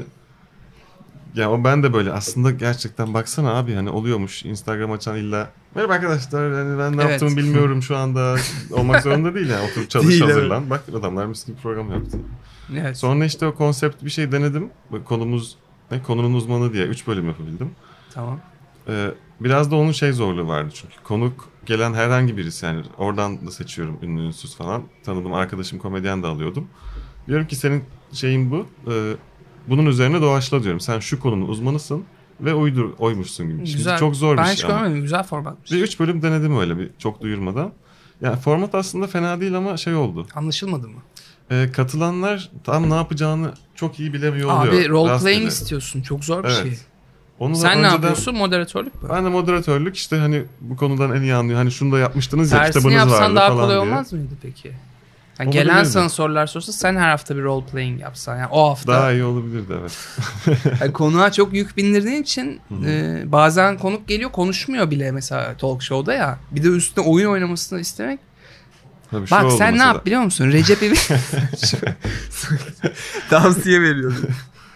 Ya o ben de böyle aslında gerçekten baksana abi hani oluyormuş, Instagram açan illa merhaba arkadaşlar yani ben ne yaptığımı bilmiyorum şu anda olmak zorunda değil yani, oturup çalış değil, hazırlan. Evet. Bak adamlar mis gibi program yaptı. Evet. Sonra işte o konsept bir şey denedim. Konumuz ne? Konunun uzmanı diye 3 bölüm yapabildim. Tamam. Biraz da onun zorluğu vardı çünkü konuk gelen herhangi birisi, yani oradan da seçiyorum ünlü ünsüz falan. Tanıdığım arkadaşım komedyen de alıyordum. Diyorum ki senin şeyin bu. Bunun üzerine doğaçla diyorum. Sen şu konunun uzmanısın ve oymuşsun gibi. Güzel. Şimdi çok zor bir şey. Ben hiç görmedim. Güzel formatmış. Bir 3 bölüm denedim öyle bir çok duyurmadan. Yani format aslında fena değil ama oldu. Anlaşılmadı mı? Katılanlar tam ne yapacağını çok iyi bilemiyor oluyor. Abi role playing istiyorsun. Çok zor bir şey. Onu sen ne yapıyorsun? Moderatörlük mü? Ben de moderatörlük, işte hani bu konudan en iyi anlıyor. Hani şunu da yapmıştınız ya, kitabınız vardı falan diye. Tersini yapsan daha kolay olmaz mıydı peki? Yani gelen sana sorular sorsa sen her hafta bir role playing yapsan. Yani o hafta. Daha iyi olabilirdi evet. Yani konuğa çok yük bindirdiğin için bazen konuk geliyor konuşmuyor bile mesela talk show'da ya. Bir de üstüne oyun oynamasını istemek. Tabii bak sen mesela ne yap biliyor musun? Recep İvedik tavsiye veriyorum.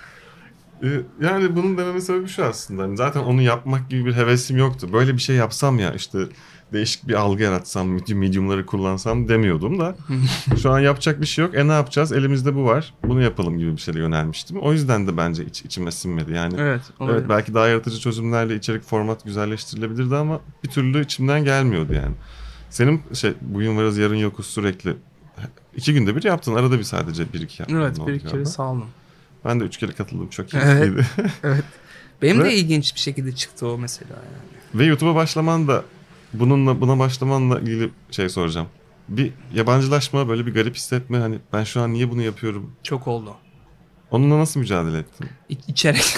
Yani bunun dememin sebebi şu aslında. Hani zaten onu yapmak gibi bir hevesim yoktu. Böyle bir şey yapsam ya işte değişik bir algı yaratsam, medium'ları kullansam demiyordum da. Şu an yapacak bir şey yok. Ne yapacağız? Elimizde bu var. Bunu yapalım gibi bir şeye yönelmiştim. O yüzden de bence içime sinmedi. Yani evet belki daha yaratıcı çözümlerle içerik format güzelleştirilebilirdi ama bir türlü içimden gelmiyordu yani. Senin bugün varız yarın yokuz sürekli 2 günde bir yaptın. Arada bir sadece 1-2 yaptın. Evet 1-2 kere saldım. Ben de 3 kere katıldım. Çok keyifliydi. Evet. Benim de ilginç bir şekilde çıktı o mesela yani. Ve YouTube'a başlaman da buna başlamanla ilgili şey soracağım. Bir yabancılaşma, böyle bir garip hissetme. Hani ben şu an niye bunu yapıyorum? Çok oldu. Onunla nasıl mücadele ettin? İçerek.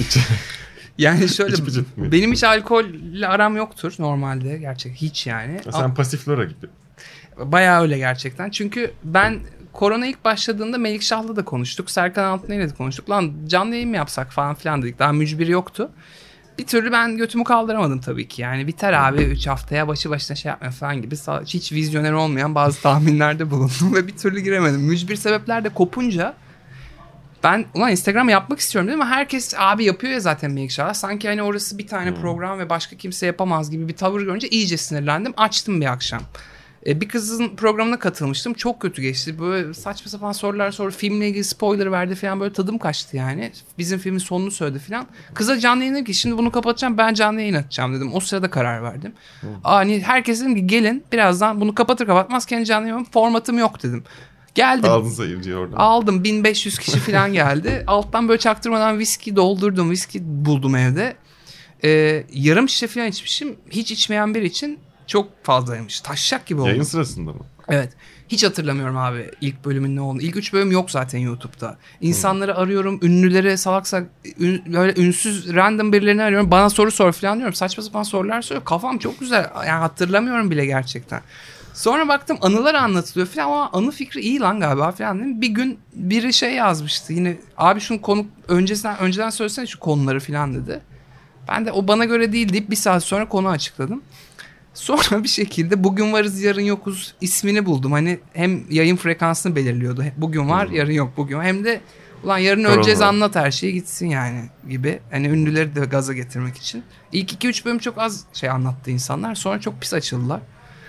Yani şöyle benim hiç alkolle aram yoktur normalde gerçekten hiç yani. Sen pasiflora gittin. Bayağı öyle gerçekten. Çünkü ben korona ilk başladığında Melikşah'la da konuştuk. Serkan Altınay'la da konuştuk. Lan canlı yayın mı yapsak falan filan dedik. Daha mücbir yoktu. Bir türlü ben götümü kaldıramadım tabii ki. Yani biter abi 3 haftaya başı başına şey yapma falan gibi hiç vizyoner olmayan bazı tahminlerde bulundum ve bir türlü giremedim. Mücbir sebepler de kopunca ben Instagram yapmak istiyorum dedim ama herkes abi yapıyor ya zaten Melikşah'la. Sanki hani orası bir tane program ve başka kimse yapamaz gibi bir tavır görünce iyice sinirlendim. Açtım bir akşam. Bir kızın programına katılmıştım. Çok kötü geçti. Böyle saçma sapan sorular sordu. Filmle ilgili spoiler verdi falan. Böyle tadım kaçtı yani. Bizim filmin sonunu söyledi falan. Kıza canlı yayın dedim ki şimdi bunu kapatacağım. Ben canlı yayın açacağım dedim. O sırada karar verdim. Hani herkes dedim ki gelin birazdan bunu kapatır kapatmaz kendi canlı yayın formatım yok dedim. Geldim. Aldın seyirciyi oradan. Aldım. 1500 kişi falan geldi. Alttan böyle çaktırmadan viski doldurdum. Viski buldum evde. Yarım şişe falan içmişim. Hiç içmeyen biri için çok fazlaymış. Taşacak gibi oldu. Yayın sırasında mı? Evet. Hiç hatırlamıyorum abi ilk bölümün ne olduğunu. İlk 3 bölüm yok zaten YouTube'da. İnsanları arıyorum. Ünlülere salaksak böyle ünsüz random birilerini arıyorum. Bana soru sor falan diyorum. Saçma sapan sorular soruyor. Kafam çok güzel. Yani hatırlamıyorum bile gerçekten. Sonra baktım anılar anlatılıyor falan ama anı fikri iyi lan galiba falan dedim. Bir gün biri şey yazmıştı yine abi şunu konu önceden söylesene şu konuları falan dedi. Ben de o bana göre değil deyip bir saat sonra konu açıkladım. Sonra bir şekilde bugün varız yarın yokuz ismini buldum. Hani hem yayın frekansını belirliyordu. Bugün var yarın yok bugün. Hem de ulan yarın öleceğiz anlat her şeyi gitsin yani gibi. Hani ünlüleri de gaza getirmek için. İlk 2-3 bölüm çok az şey anlattı insanlar. Sonra çok pis açıldılar.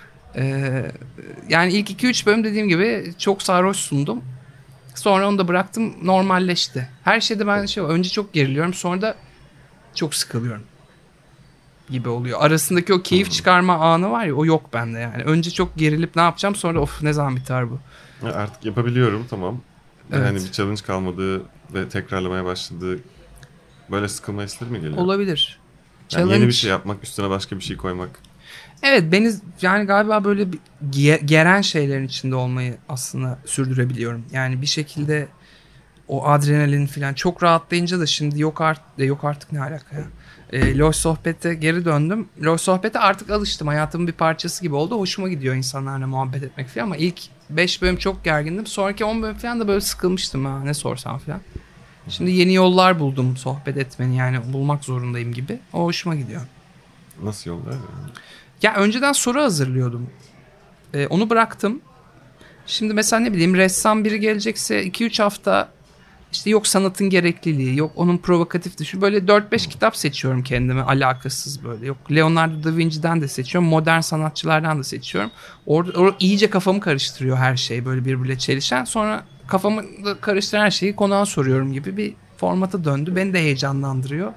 Yani ilk 2-3 bölüm dediğim gibi çok sarhoş sundum. Sonra onu da bıraktım normalleşti. Her şeyde ben önce çok geriliyorum sonra da çok sıkılıyorum gibi oluyor. Arasındaki o keyif çıkarma anı var ya o yok bende yani. Önce çok gerilip ne yapacağım sonra of ne zaman biter bu. Artık yapabiliyorum tamam. Evet. Yani bir challenge kalmadı ve tekrarlamaya başladı. Böyle sıkılma hisleri mi geliyor? Olabilir. Yani yeni bir şey yapmak üstüne başka bir şey koymak. Evet beni yani galiba böyle bir geren şeylerin içinde olmayı aslında sürdürebiliyorum. Yani bir şekilde o adrenalin falan çok rahatlayınca da şimdi yok artık ne alaka ya. LoL sohbete geri döndüm. LoL sohbete artık alıştım. Hayatımın bir parçası gibi oldu. Hoşuma gidiyor insanlarla muhabbet etmek falan ama ilk 5 bölüm çok gergindim. Sonraki 10 bölüm falan da böyle sıkılmıştım ha ne sorsam falan. Şimdi yeni yollar buldum sohbet etmenin yani bulmak zorundayım gibi. O hoşuma gidiyor. Nasıl yollar? Ya önceden soru hazırlıyordum. Onu bıraktım. Şimdi mesela ne bileyim ressam biri gelecekse 2-3 hafta işte yok sanatın gerekliliği, yok onun provokatif dışı böyle 4-5 kitap seçiyorum kendime alakasız böyle. Yok Leonardo da Vinci'den de seçiyorum, modern sanatçılardan da seçiyorum. Orada iyice kafamı karıştırıyor her şey böyle birbirine çelişen. Sonra kafamı karıştıran her şeyi konuğa soruyorum gibi bir formata döndü. Beni de heyecanlandırıyor.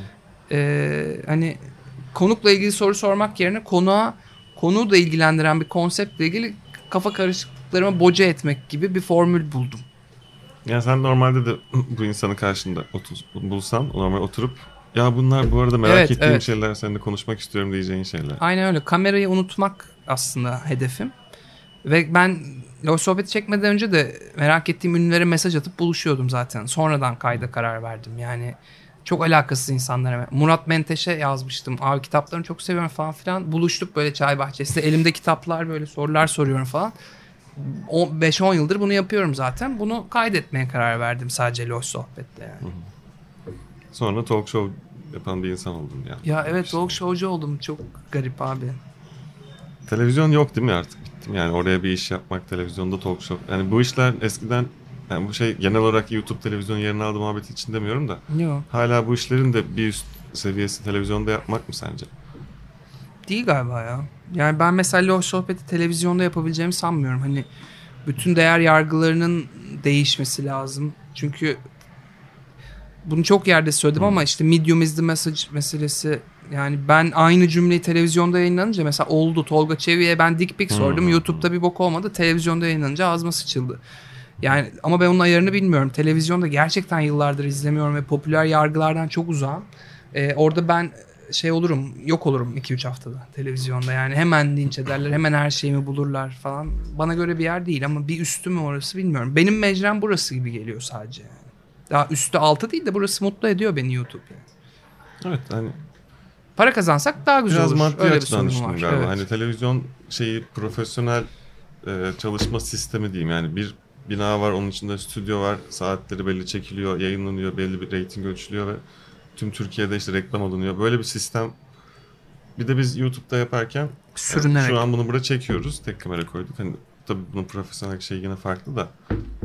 Hani konukla ilgili soru sormak yerine konuğu da ilgilendiren bir konseptle ilgili kafa karışıklıklarımı boca etmek gibi bir formül buldum. Yani sen normalde de bu insanı karşında bulsan normal oturup ya bunlar bu arada merak ettiğim şeyler seninle konuşmak istiyorum diyeceğin şeyler. Aynen öyle. Kamerayı unutmak aslında hedefim. Ve ben o sohbeti çekmeden önce de merak ettiğim ünlülere mesaj atıp buluşuyordum zaten. Sonradan kayda karar verdim. Yani çok alakasız insanlara. Murat Menteş'e yazmıştım. Abi kitaplarını çok seviyorum falan filan. Buluştuk böyle çay bahçesinde. Elimde kitaplar böyle sorular soruyorum falan. 5-10 yıldır bunu yapıyorum zaten. Bunu kaydetmeye karar verdim sadece Loş Sohbet'te yani. Sonra talk show yapan bir insan oldun yani. Ya evet, talk showcu oldum. Çok garip abi. Televizyon yok değil mi artık? Bittim yani, oraya bir iş yapmak, televizyonda talk show. Yani bu işler eskiden, yani bu şey genel olarak YouTube televizyon yerini aldı muhabbeti için demiyorum da. Yok. Hala bu işlerin de bir üst seviyesi televizyonda yapmak mı sence? Değil galiba ya. Yani ben mesela Loş Sohbet'i televizyonda yapabileceğimi sanmıyorum. Hani bütün değer yargılarının değişmesi lazım. Çünkü bunu çok yerde söyledim ama işte medium is the message meselesi. Yani ben aynı cümleyi televizyonda yayınlanınca mesela oldu. Tolga Çevik'e ben dick pic sordum. YouTube'da bir bok olmadı. Televizyonda yayınlanınca ağzıma sıçıldı. Yani ama ben onun ayarını bilmiyorum. Televizyonda gerçekten yıllardır izlemiyorum ve popüler yargılardan çok uzağım. Orada ben olurum, yok olurum 2-3 haftada televizyonda. Yani hemen linç ederler, hemen her şeyimi bulurlar falan. Bana göre bir yer değil ama bir üstü mü orası bilmiyorum. Benim mecram burası gibi geliyor sadece yani. Daha üstü altı değil de burası mutlu ediyor beni YouTube yani. Evet, hani para kazansak daha güzel biraz olur. maddi Öyle bir açıdan sorun düşündüm var. galiba. Evet. Hani televizyon profesyonel çalışma sistemi diyeyim. Yani bir bina var, onun içinde stüdyo var, saatleri belli çekiliyor, yayınlanıyor, belli bir reyting ölçülüyor ve tüm Türkiye'de işte reklam alınıyor. Böyle bir sistem. Bir de biz YouTube'da yaparken Sürünerek. şu an bunu burada çekiyoruz. Tek kamera koyduk. Hani tabii bunun profesyonel şey yine farklı da.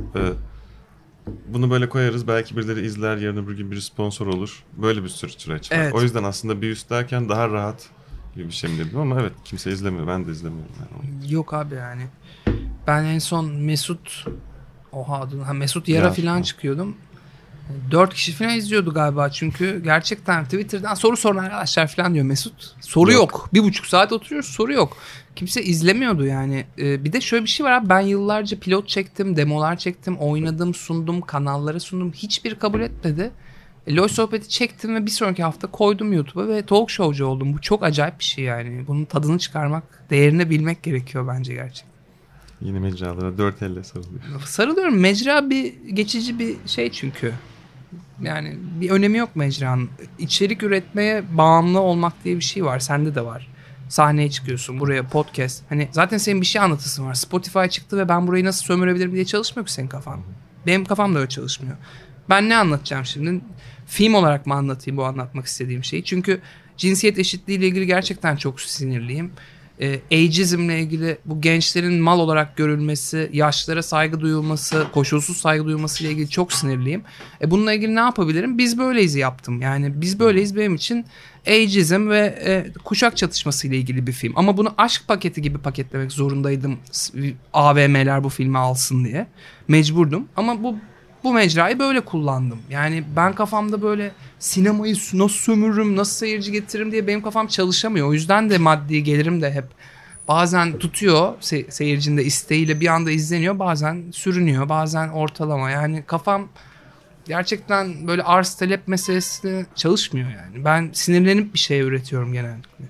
Bunu böyle koyarız. Belki birileri izler. Yarın öbür gün biri sponsor olur. Böyle bir süreç var. Evet. O yüzden aslında bir üst derken daha rahat gibi bir şey mi dedim ama evet, kimse izlemiyor. Ben de izlemiyorum. Yani. Yok abi yani. Ben en son Mesut Mesut Yara falan çıkıyordum. 4 kişi falan izliyordu galiba çünkü gerçekten Twitter'dan soru sorun arkadaşlar falan diyor Mesut. Soru yok. 1,5 saat oturuyoruz, soru yok. Kimse izlemiyordu yani. Bir de şöyle bir şey var abi, ben yıllarca pilot çektim, demolar çektim, oynadım, sundum, kanallara sundum. Hiçbir kabul etmedi. Loş Sohbet'i çektim ve bir sonraki hafta koydum YouTube'a ve talk showcu oldum. Bu çok acayip bir şey yani. Bunun tadını çıkarmak, değerini bilmek gerekiyor bence gerçekten. Yine mecralara 4 elle sarılıyor. Sarılıyorum. Mecra bir geçici bir şey çünkü. Yani bir önemi yok mecranın. İçerik üretmeye bağımlı olmak diye bir şey var. Sende de var. Sahneye çıkıyorsun, buraya podcast. Hani zaten senin bir şey anlatısın var. Spotify çıktı ve ben burayı nasıl sömürebilirim diye çalışmıyor ki senin kafan. Benim kafam da öyle çalışmıyor. Ben ne anlatacağım şimdi? Film olarak mı anlatayım bu anlatmak istediğim şeyi? Çünkü cinsiyet eşitliği ile ilgili gerçekten çok sinirliyim. Ageizmle ilgili bu gençlerin mal olarak görülmesi, yaşlara saygı duyulması, koşulsuz saygı duyulması ile ilgili çok sinirliyim. Bununla ilgili ne yapabilirim? Biz böyleyiz yaptım. Yani biz böyleyiz benim için ageizm ve kuşak çatışması ile ilgili bir film. Ama bunu aşk paketi gibi paketlemek zorundaydım. AVM'ler bu filmi alsın diye. Mecburdum. Ama bu mecrayı böyle kullandım. Yani ben kafamda böyle sinemayı nasıl sömürürüm, nasıl seyirci getiririm diye benim kafam çalışamıyor. O yüzden de maddi gelirim de hep bazen tutuyor seyircinin de isteğiyle bir anda izleniyor. Bazen sürünüyor, bazen ortalama. Yani kafam gerçekten böyle arz talep meselesi çalışmıyor yani. Ben sinirlenip bir şey üretiyorum genellikle.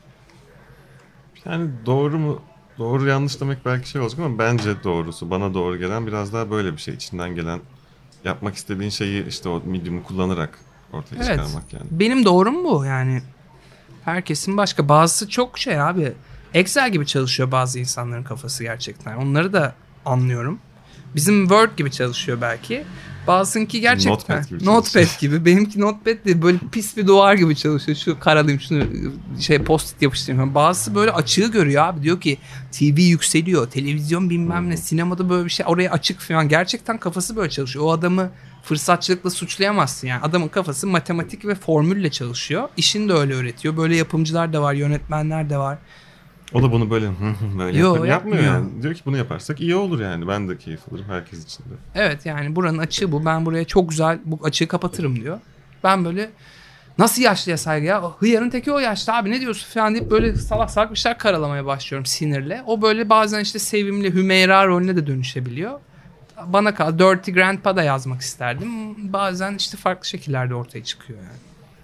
Yani doğru mu? Doğru yanlış demek belki şey olacak ama bence doğrusu, bana doğru gelen biraz daha böyle bir şey. İçinden gelen, yapmak istediğin şeyi işte o medium'u kullanarak ortaya çıkarmak yani. Benim doğrum bu yani. Herkesin başka. Bazısı çok şey abi. Excel gibi çalışıyor bazı insanların kafası gerçekten. Onları da anlıyorum. Bizim Word gibi çalışıyor belki. Bazısınki gerçekten Notepad gibi. Benimki Notepad değil. Böyle pis bir duvar gibi çalışıyor. Şu karalayayım şunu post-it yapıştırayım. Bazısı böyle açığı görüyor abi. Diyor ki TV yükseliyor. Televizyon bilmem ne. Sinemada böyle bir şey. Oraya açık falan. Gerçekten kafası böyle çalışıyor. O adamı fırsatçılıkla suçlayamazsın yani. Adamın kafası matematik ve formülle çalışıyor. İşini de öyle öğretiyor. Böyle yapımcılar da var. Yönetmenler de var. O da bunu böyle yapmıyor yani. Diyor ki bunu yaparsak iyi olur yani. Ben de keyif alırım herkes için de. Evet yani buranın açığı bu. Ben buraya çok güzel bu açığı kapatırım diyor. Ben böyle nasıl yaşlıya saygı ya? Hıyarın teki o yaşlı abi ne diyorsun falan deyip böyle salak salak bir şeyler karalamaya başlıyorum sinirle. O böyle bazen işte sevimli Hümeyra rolüne de dönüşebiliyor. Bana kal Dirty Grandpa da yazmak isterdim. Bazen işte farklı şekillerde ortaya çıkıyor yani.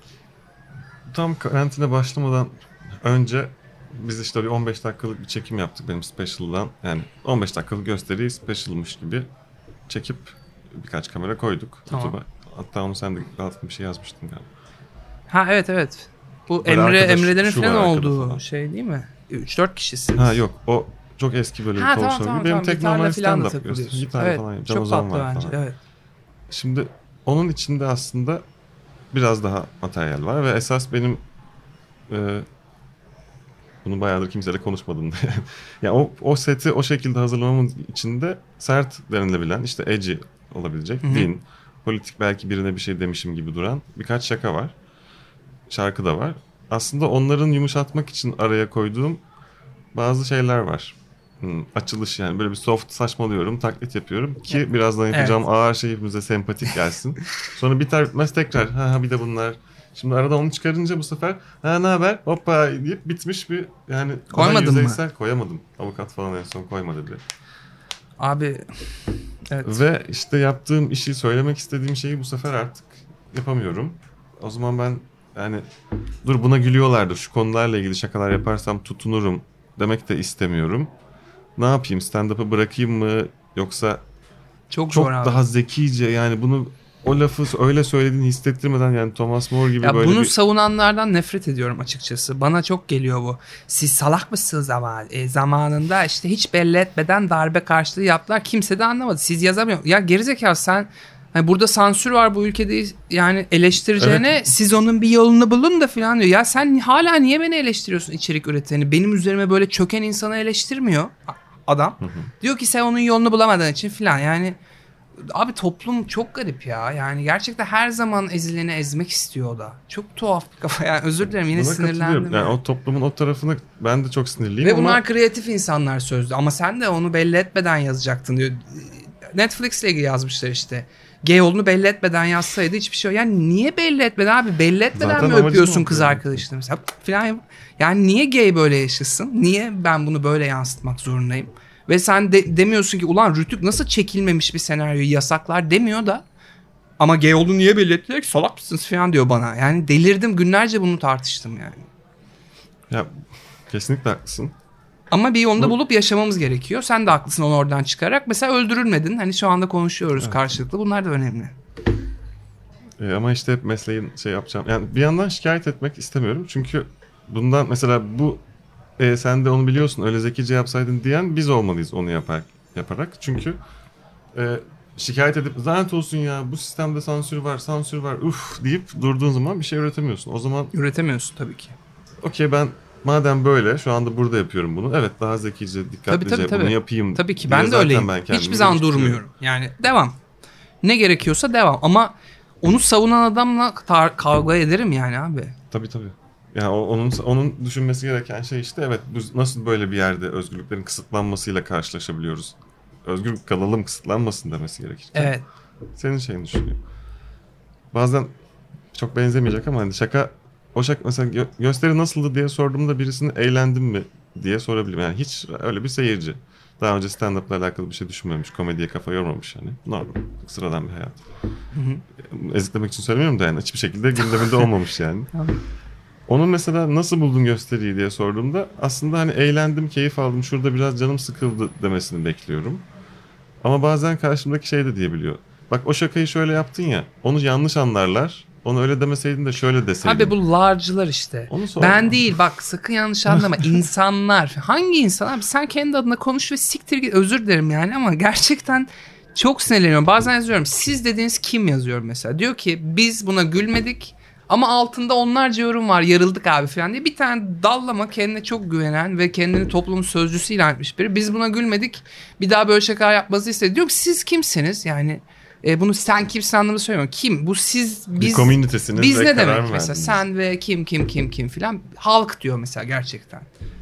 Tam karantina başlamadan önce biz işte 15 dakikalık bir çekim yaptık benim special'dan. Yani 15 dakikalık gösteriyi special'mış gibi çekip birkaç kamera koyduk. Tamam. YouTube'a. Hatta onu sen de altına bir şey yazmıştın galiba. Ha evet. Bu Böyle Emre'lerin falan var olduğu falan. şey değil mi? 3-4 kişisiniz. Ha yok, o Çok eski böyle Ha, talk tamam, show tamam, gibi. Benim tamam. tek normal Gitarla falan da stand-up gösterisi. takılıyorsun. Gitarla Evet, falan. çok Camazon tatlı var bence. falan. Evet. Şimdi onun içinde aslında biraz daha materyal var ve esas benim bunu bayağıdır kimseyle konuşmadım da yani. Yani o seti o şekilde hazırlamamın içinde sert denilebilen, işte edgy olabilecek, Hı hı. din, politik, belki birine bir şey demişim gibi duran birkaç şaka var. Şarkı da var. Aslında onların yumuşatmak için araya koyduğum bazı şeyler var. Açılış, yani böyle bir soft saçmalıyorum, taklit yapıyorum ki birazdan yapacağım Evet. ağır şey hepimize sempatik gelsin. Sonra biter bitmez tekrar ha bir de bunlar. Şimdi arada onu çıkarınca bu sefer ha ne haber hoppa deyip bitmiş bir, yani daha Koymadın mı? yüzeysel koyamadım. Avukat falan en son koymadı bile. Abi evet. Ve işte yaptığım işi, söylemek istediğim şeyi bu sefer artık yapamıyorum. O zaman ben yani dur buna gülüyorlardır, şu konularla ilgili şakalar yaparsam tutunurum demek de istemiyorum. Ne yapayım, stand-up'ı bırakayım mı, yoksa Çok çok zor abi. daha zekice, yani bunu, o lafı öyle söylediğini hissettirmeden, yani Thomas More gibi Ya böyle bunu bir... savunanlardan nefret ediyorum açıkçası. Bana çok geliyor bu. Siz salak mısınız ama zamanında işte hiç belli etmeden darbe karşılığı yaptılar. Kimse de anlamadı. Siz yazamıyor. Ya gerizekalı sen, hani burada sansür var bu ülkede, yani eleştireceğine Evet. siz onun bir yolunu bulun da falan diyor. Ya sen hala niye beni eleştiriyorsun, içerik üreteni? Benim üzerime böyle çöken insanı eleştirmiyor adam. Diyor ki sen onun yolunu bulamadığın için falan, yani abi toplum çok garip ya. Yani gerçekten her zaman ezileni ezmek istiyor o da. Çok tuhaf bir kafa. Yani özür dilerim, yine Buna katılıyorum. sinirlendim. Yani o toplumun o tarafını ben de çok sinirliyim Ve ama... bunlar kreatif insanlar sözlü. Ama sen de onu belli etmeden yazacaktın diyor. Netflix'le ilgili yazmışlar işte. Gay olduğunu belli etmeden yazsaydı hiçbir şey yok. Yani niye belli etmeden abi? Belli etmeden Zaten mi amacım öpüyorsun o kız yani. arkadaşını mesela falan. Yani niye gay böyle yaşasın? Niye ben bunu böyle yansıtmak zorundayım? Ve sen demiyorsun ki ulan Rütük nasıl çekilmemiş bir senaryoyu yasaklar demiyor da, ama gay olduğunu niye belli ettiler ki, salak mısınız falan diyor bana. Yani delirdim, günlerce bunu tartıştım yani. Ya kesinlikle haklısın. Ama bir yolunu Bu- bulup yaşamamız gerekiyor. Sen de haklısın onu oradan çıkarak. Mesela öldürülmedin. Hani şu anda konuşuyoruz Evet. karşılıklı. Bunlar da önemli. Ama işte hep mesleğin şey yapacağım. Yani bir yandan şikayet etmek istemiyorum. Çünkü bundan mesela bu sen de onu biliyorsun, öyle zekice yapsaydın diyen biz olmalıyız onu yaparak. Çünkü şikayet edip lanet olsun ya bu sistemde sansür var uf deyip durduğun zaman bir şey üretemiyorsun. O zaman Üretemiyorsun tabii ki. okey, ben madem böyle şu anda burada yapıyorum bunu. Evet, daha zekice, dikkatlice Tabii. bunu yapayım Tabii ki diye ben de zaten öyleyim. ben kendimi Hiçbir zaman geliştiriyorum. durmuyorum. Yani devam. Ne gerekiyorsa devam. Ama onu savunan adamla kavga ederim yani abi. Tabii. Yani onun düşünmesi gereken şey işte, evet biz nasıl böyle bir yerde özgürlüklerin kısıtlanmasıyla karşılaşabiliyoruz. Özgür kalalım, kısıtlanmasın demesi gerekir. Evet. Senin şeyini düşünüyor. Bazen çok benzemeyecek ama hani mesela gösteri nasıldı diye sorduğumda birisine eğlendin mi diye sorabilirim. Yani hiç öyle bir seyirci. Daha önce stand-up'la alakalı bir şey düşünmemiş, komediye kafa yormamış hani. Normal, sıradan bir hayat. Eziklemek için söylemiyorum da yani hiçbir şekilde gündeminde olmamış yani. Onun mesela nasıl buldun gösteriyi diye sorduğumda aslında hani eğlendim, keyif aldım, şurada biraz canım sıkıldı demesini bekliyorum. Ama bazen karşımdaki şey de diyebiliyor. Bak o şakayı şöyle yaptın ya, onu yanlış anlarlar. Onu öyle demeseydin de şöyle deseydin. Abi bu large'lar işte. Onu sorma. Ben değil, bak sakın yanlış anlama. İnsanlar. Hangi insan abi? Sen kendi adına konuş ve siktir git. Özür dilerim yani ama gerçekten çok sinirleniyorum. Bazen yazıyorum. Siz dediğiniz kim yazıyor mesela? Diyor ki biz buna gülmedik ama altında onlarca yorum var. Yarıldık abi falan diye. Bir tane dallama, kendine çok güvenen ve kendini toplumun sözcüsü ilan etmiş biri. Biz buna gülmedik. Bir daha böyle şaka yapmanızı istedi. Diyor ki siz kimsiniz? Yani bunu sen kimsin anlamı söylemiyorum. Kim? Bu siz, biz. Bir komünitesiniz biz ve ne karar demek mı mesela? verdiniz? Sen ve kim filan. Halk diyor mesela gerçekten.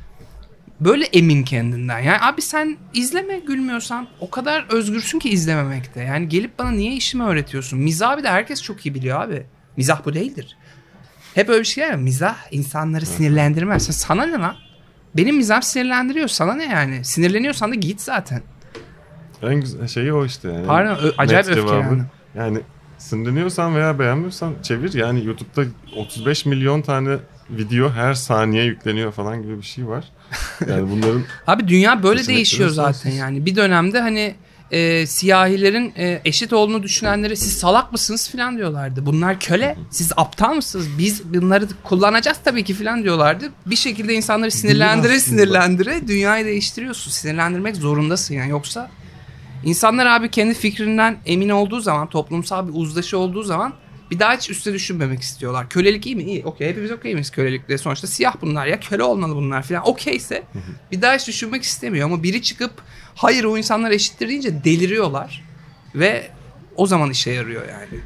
Böyle emin kendinden. Yani abi sen izleme, gülmüyorsan o kadar özgürsün ki izlememekte. Yani gelip bana niye işimi öğretiyorsun? Mizahı bir de herkes çok iyi biliyor abi. Mizah bu değildir. Hep öyle bir şey var. Mizah insanları sinirlendirmez. Sana ne lan? Benim mizahım sinirlendiriyor. Sana ne yani? Sinirleniyorsan da git zaten. En güzel şeyi o işte yani. Pardon, acayip Net cevabı. öfkelendim. Yani sinirleniyorsan veya beğenmiyorsan çevir. Yani YouTube'da 35 milyon tane video her saniye yükleniyor falan gibi bir şey var. Yani bunların Abi dünya böyle kesinlikle değişiyor zaten sonsuz. yani. Bir dönemde hani siyahilerin eşit olduğunu düşünenlere siz salak mısınız falan diyorlardı. Bunlar köle, siz aptal mısınız? Biz bunları kullanacağız tabii ki falan diyorlardı. Bir şekilde insanları sinirlendire dünyayı değiştiriyorsun. Sinirlendirmek zorundasın yani, yoksa insanlar abi kendi fikrinden emin olduğu zaman, toplumsal bir uzlaşı olduğu zaman bir daha hiç üstte düşünmemek istiyorlar. Kölelik iyi mi? İyi. Okey. Hepimiz okey miyiz kölelikle? Sonuçta siyah bunlar ya. Köle olmalı bunlar falan. Okeyse bir daha hiç düşünmek istemiyor. Ama biri çıkıp hayır o insanlar eşittir deyince deliriyorlar. Ve o zaman işe yarıyor yani.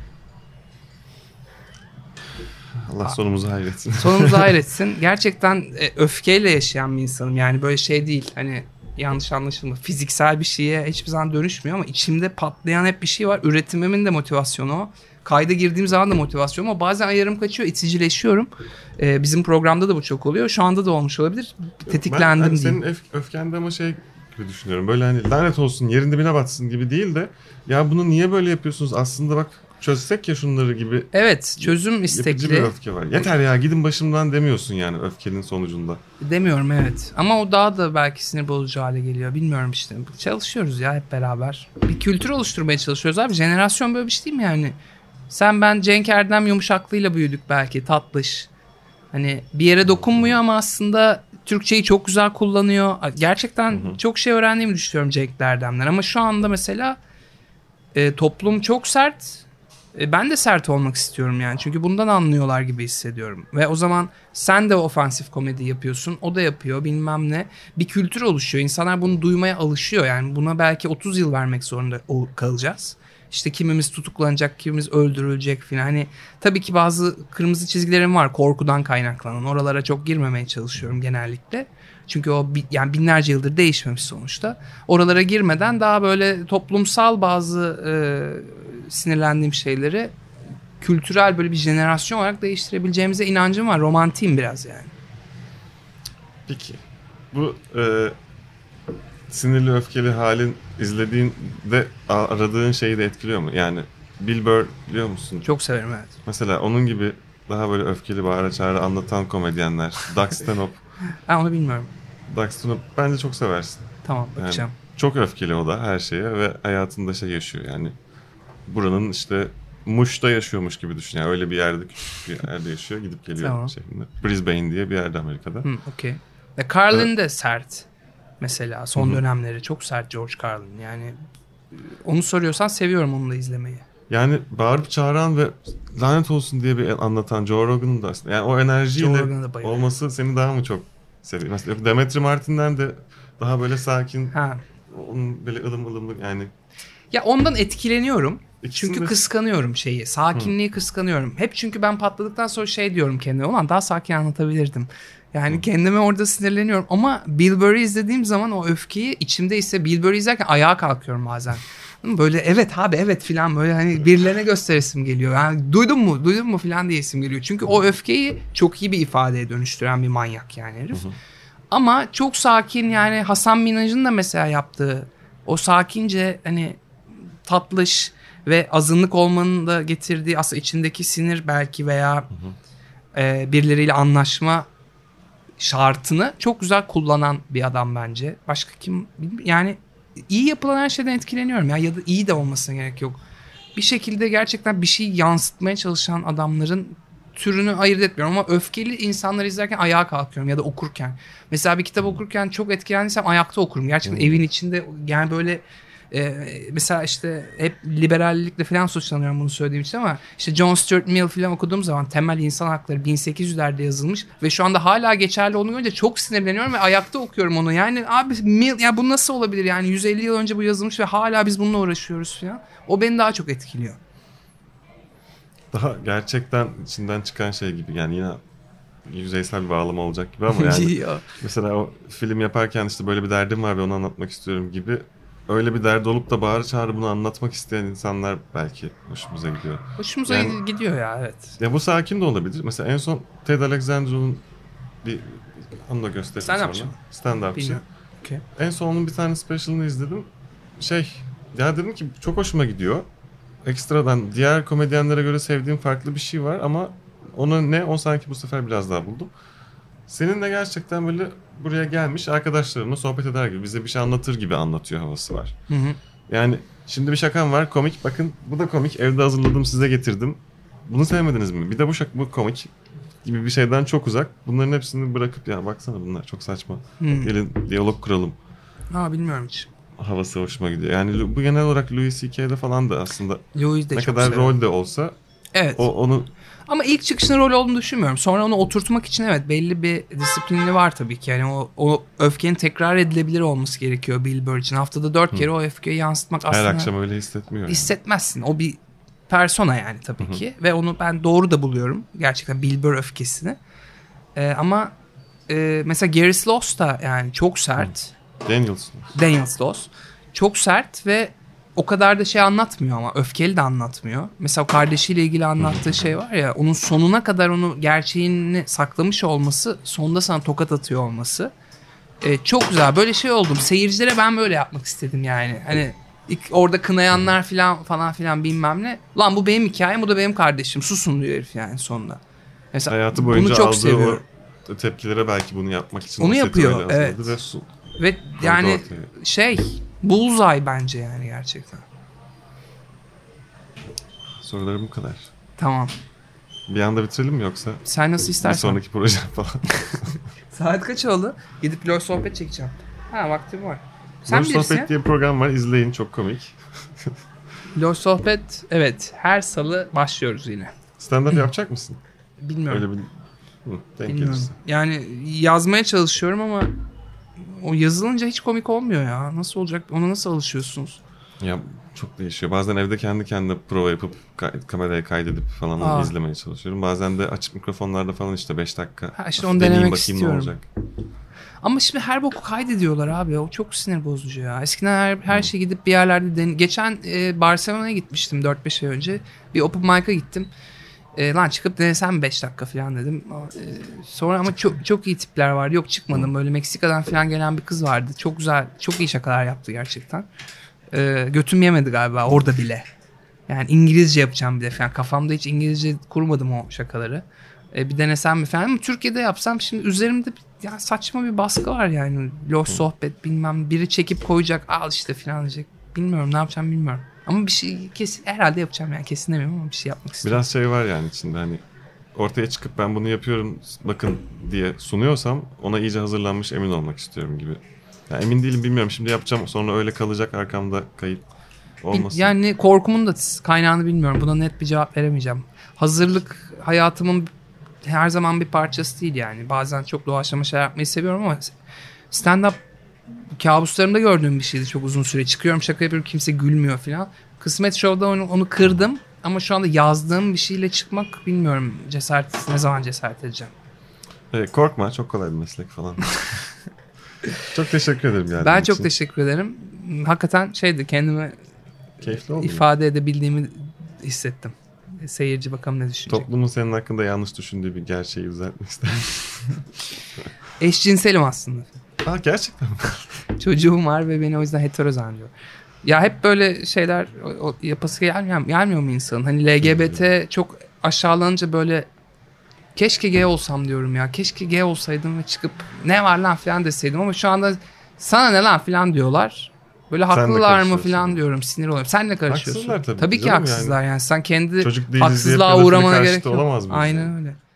Allah sonumuzu hayretsin. Sonumuzu hayretsin. Gerçekten öfkeyle yaşayan bir insanım. Yani böyle şey değil. Hani yanlış anlaşılma. Fiziksel bir şeye hiçbir zaman dönüşmüyor ama içimde patlayan hep bir şey var. Üretimimin de motivasyonu o. Kayda girdiğim zaman da motivasyon, ama bazen ayarım kaçıyor, iticileşiyorum. Bizim programda da bu çok oluyor. Şu anda da olmuş olabilir. Tetiklendim ben, diyeyim. Senin öfkende ama şey gibi düşünüyorum. Böyle hani lanet olsun, yerin dibine batsın gibi değil de ya bunu niye böyle yapıyorsunuz? Aslında bak çözsek ya şunları gibi. Evet, çözüm istekli. Yapıcı bir öfke var. Yeter ya, gidin başımdan demiyorsun yani öfkenin sonucunda. Demiyorum, evet. Ama o daha da belki sinir bozucu hale geliyor. Bilmiyorum işte. Çalışıyoruz ya hep beraber. Bir kültür oluşturmaya çalışıyoruz abi. Jenerasyon böyle bir şey değil mi yani? Sen ben Cenk Erdem yumuşaklığıyla büyüdük belki, tatlış. Hani bir yere dokunmuyor ama aslında Türkçeyi çok güzel kullanıyor. Gerçekten çok şey öğrendiğimi düşünüyorum Cenk Erdem'den. Ama şu anda mesela toplum çok sert. Ben de sert olmak istiyorum yani. Çünkü bundan anlıyorlar gibi hissediyorum. Ve o zaman sen de ofansif komedi yapıyorsun. O da yapıyor, bilmem ne. Bir kültür oluşuyor. İnsanlar bunu duymaya alışıyor. Yani buna belki 30 yıl vermek zorunda kalacağız. İşte kimimiz tutuklanacak, kimimiz öldürülecek filan. Hani tabii ki bazı kırmızı çizgilerim var korkudan kaynaklanan. Oralara çok girmemeye çalışıyorum genellikle. Çünkü o yani binlerce yıldır değişmemiş sonuçta. Oralara girmeden daha böyle toplumsal bazı sinirlendiğim şeyleri kültürel böyle bir jenerasyon olarak değiştirebileceğimize inancım var. Romantiyim biraz yani. Peki bu sinirli öfkeli halin izlediğinde aradığın şeyi de etkiliyor mu? Yani Bill Burr biliyor musun? Çok severim, evet. Mesela onun gibi daha böyle öfkeli, bağıra çağıra anlatan komedyenler. Doug Stanhope. Onu bilmiyorum. Doug Stanhope bence çok seversin. Tamam, bakacağım. Yani çok öfkeli o da her şeye ve hayatında şey yaşıyor yani. Buranın işte Muş'ta yaşıyormuş gibi düşün. Yani öyle bir yerde, küçük bir yerde yaşıyor, gidip geliyor tamam. şeklinde. Brisbane diye bir yerde Amerika'da. Okey. Carlin de sert. Mesela son dönemleri çok sert George Carlin. Yani onu soruyorsan seviyorum onu da izlemeyi. Yani bağırıp çağıran ve lanet olsun diye bir anlatan Joe Rogan'ın da aslında. Yani o enerjiyle olması seni daha mı çok seviyor? Mesela Demetri Martin'den de daha böyle sakin. Onun böyle ılımlı yani. Ya ondan etkileniyorum. Çünkü kıskanıyorum şeyi. Sakinliği kıskanıyorum. Hep çünkü ben patladıktan sonra şey diyorum kendime. Ulan daha sakin anlatabilirdim. Yani kendime orada sinirleniyorum. Ama Bill Burr'ı izlediğim zaman o öfkeyi içimde ise Bill Burr'ı izlerken ayağa kalkıyorum bazen. Böyle evet abi evet filan, böyle hani birilerine gösteresim geliyor. Yani duydun mu filan diye isim geliyor. Çünkü o öfkeyi çok iyi bir ifadeye dönüştüren bir manyak yani herif. Ama çok sakin, yani Hasan Minhaj'ın da mesela yaptığı o sakince hani tatlış ve azınlık olmanın da getirdiği aslında içindeki sinir belki veya birileriyle anlaşma şartını çok güzel kullanan bir adam bence. Başka kim? Yani iyi yapılan her şeyden etkileniyorum ya da iyi de olmasına gerek yok. Bir şekilde gerçekten bir şey yansıtmaya çalışan adamların türünü ayırt etmiyorum ama öfkeli insanları izlerken ayağa kalkıyorum ya da okurken. Mesela bir kitap okurken çok etkilendiysem ayakta okurum. Gerçekten evin içinde, yani böyle mesela işte hep liberallikle falan suçlanıyorum bunu söylediğim için, ama işte John Stuart Mill falan okuduğum zaman Temel İnsan Hakları 1800'lerde yazılmış ve şu anda hala geçerli olduğunu görünce çok sinirleniyorum ve ayakta okuyorum onu. Yani abi Mill, ya bu nasıl olabilir yani 150 yıl önce bu yazılmış ve hala biz bununla uğraşıyoruz falan. O beni daha çok etkiliyor. Daha gerçekten içinden çıkan şey gibi yani, yine yüzeysel bir bağlama olacak gibi ama yani mesela o film yaparken işte böyle bir derdim var ve onu anlatmak istiyorum gibi. Öyle bir derdi olup da bağırı çağrı bunu anlatmak isteyen insanlar belki hoşumuza gidiyor. Hoşumuza gidiyor ya, evet. Ya bu sakin de olabilir. Mesela en son Ted Alexandro'nun onu da göstereyim sonra. Stand-upçı. Okay. En son onun bir tane special'ını izledim. Ya dedim ki çok hoşuma gidiyor. Ekstradan diğer komedyenlere göre sevdiğim farklı bir şey var ama o sanki bu sefer biraz daha buldum. Senin de gerçekten böyle buraya gelmiş arkadaşlarımla sohbet eder gibi, bize bir şey anlatır gibi anlatıyor havası var. Yani şimdi bir şakam var, komik. Bakın bu da komik. Evde hazırladım, size getirdim. Bunu sevmediniz mi? Bir de bu komik gibi bir şeyden çok uzak. Bunların hepsini bırakıp ya baksana bunlar çok saçma. Gelin diyalog kuralım. Bilmiyorum hiç. Havası hoşuma gidiyor. Yani bu genel olarak Louis C.K.'de falan da aslında Louis de ne çok kadar severim. rol de olsa Evet. onu Ama ilk çıkışında rol olduğunu düşünmüyorum. Sonra onu oturtmak için evet belli bir disiplini var tabii ki. Yani o öfkenin tekrar edilebilir olması gerekiyor Bill Burr için. Haftada 4 kere o öfkeyi yansıtmak her aslında... akşam öyle hissetmiyor. Yani. Hissetmezsin. O bir persona yani tabii ki. Ve onu ben doğru da buluyorum. Gerçekten Bill Burr öfkesini. Ama mesela Gary Sloss da yani çok sert. Daniel Sloss. Çok sert ve o kadar da şey anlatmıyor ama öfkeli de anlatmıyor. Mesela o kardeşiyle ilgili anlattığı şey var ya, onun sonuna kadar onu gerçeğini saklamış olması, sonunda sana tokat atıyor olması. Çok güzel. Böyle şey oldum. Seyircilere ben böyle yapmak istedim yani. Hani orada kınayanlar falan filan bilmem ne. Lan bu benim hikayem, bu da benim kardeşim. Susun diyor herif yani sonunda. Mesela hayatı boyunca bunu çok aldığı seviyorum. o tepkilere belki bunu yapmak için onu yapıyor. Evet. Ve yani bullseye bence yani gerçekten. Sorularım bu kadar. Tamam. Bir anda bitirelim mi yoksa? Sen nasıl istersen. Bir sonraki proje falan. Saat kaç oldu? Gidip LoL sohbet çekeceğim. Vaktim var. Sen LoL sohbet diye bir program var. İzleyin, çok komik. LoL sohbet evet. Her salı başlıyoruz yine. Stand-up yapacak mısın? Bilmiyorum. Öyle bir denk Bilmiyorum. gelirse. Yani yazmaya çalışıyorum ama o yazılınca hiç komik olmuyor ya. Nasıl olacak? Ona nasıl alışıyorsunuz? Ya çok değişiyor. Bazen evde kendi kendine prova yapıp kameraya kaydedip falan onu izlemeye çalışıyorum. Bazen de açık mikrofonlarda falan işte 5 dakika. İşte onu denemek istiyorum. Ne olacak. Ama şimdi her boku kaydediyorlar abi. O çok sinir bozucu ya. Eskiden her şey gidip bir yerlerde geçen Barcelona'ya gitmiştim 4-5 ay önce. Bir open mic'a gittim. Lan çıkıp denesem 5 dakika falan dedim. Sonra ama çok iyi tipler vardı. Yok çıkmadım. Böyle Meksika'dan falan gelen bir kız vardı. Çok güzel, çok iyi şakalar yaptı gerçekten. Götüm yemedi galiba orada bile. Yani İngilizce yapacağım bile falan. Kafamda hiç İngilizce kurmadım o şakaları. Bir denesem mi falan. Ama Türkiye'de yapsam şimdi üzerimde yani saçma bir baskı var yani. LoL sohbet bilmem, biri çekip koyacak al işte falan diyecek. Bilmiyorum ne yapacağım bilmiyorum. Ama bir şey kesin herhalde yapacağım yani, kesin demiyorum ama bir şey yapmak istiyorum. Biraz şey var yani içinde, hani ortaya çıkıp ben bunu yapıyorum bakın diye sunuyorsam ona iyice hazırlanmış emin olmak istiyorum gibi. Yani emin değilim, bilmiyorum, şimdi yapacağım sonra öyle kalacak arkamda kayıt olmasın. Yani korkumun da kaynağını bilmiyorum, buna net bir cevap veremeyeceğim. Hazırlık hayatımın her zaman bir parçası değil yani. Bazen çok doğaçlama şey yapmayı seviyorum ama stand-up kabuslarımda gördüğüm bir şeydi çok uzun süre. Çıkıyorum, şaka yapıyorum, kimse gülmüyor falan. Kısmet Show'da onu kırdım ama şu anda yazdığım bir şeyle çıkmak bilmiyorum ne zaman cesaret edeceğim. Korkma, çok kolay bir meslek falan. Çok teşekkür ederim yani. Ben çok teşekkür ederim. Hakikaten kendimi keyifli oldu ifade edebildiğimi hissettim. Seyirci bakalım ne düşünecek. Toplumun senin hakkında yanlış düşündüğü bir gerçeği düzeltmek isterim. Eşcinselim aslında. Gerçekten mi? Çocuğum var ve beni o yüzden hetero zannediyor. Ya hep böyle şeyler yapası gelmiyor mu insanın? Hani LGBT çok aşağılanınca böyle keşke gay olsam diyorum ya. Keşke gay olsaydım ve çıkıp ne var lan falan deseydim ama şu anda sana ne lan falan diyorlar. Böyle haklılar mı falan diyorum, sinir oluyorum. Sen ne karışıyorsun? Haksızlar tabii. Tabii ki haksızlar yani. Sen kendi çocuk haksızlığa uğramana gerek yok. Olamaz mı? Aynen öyle.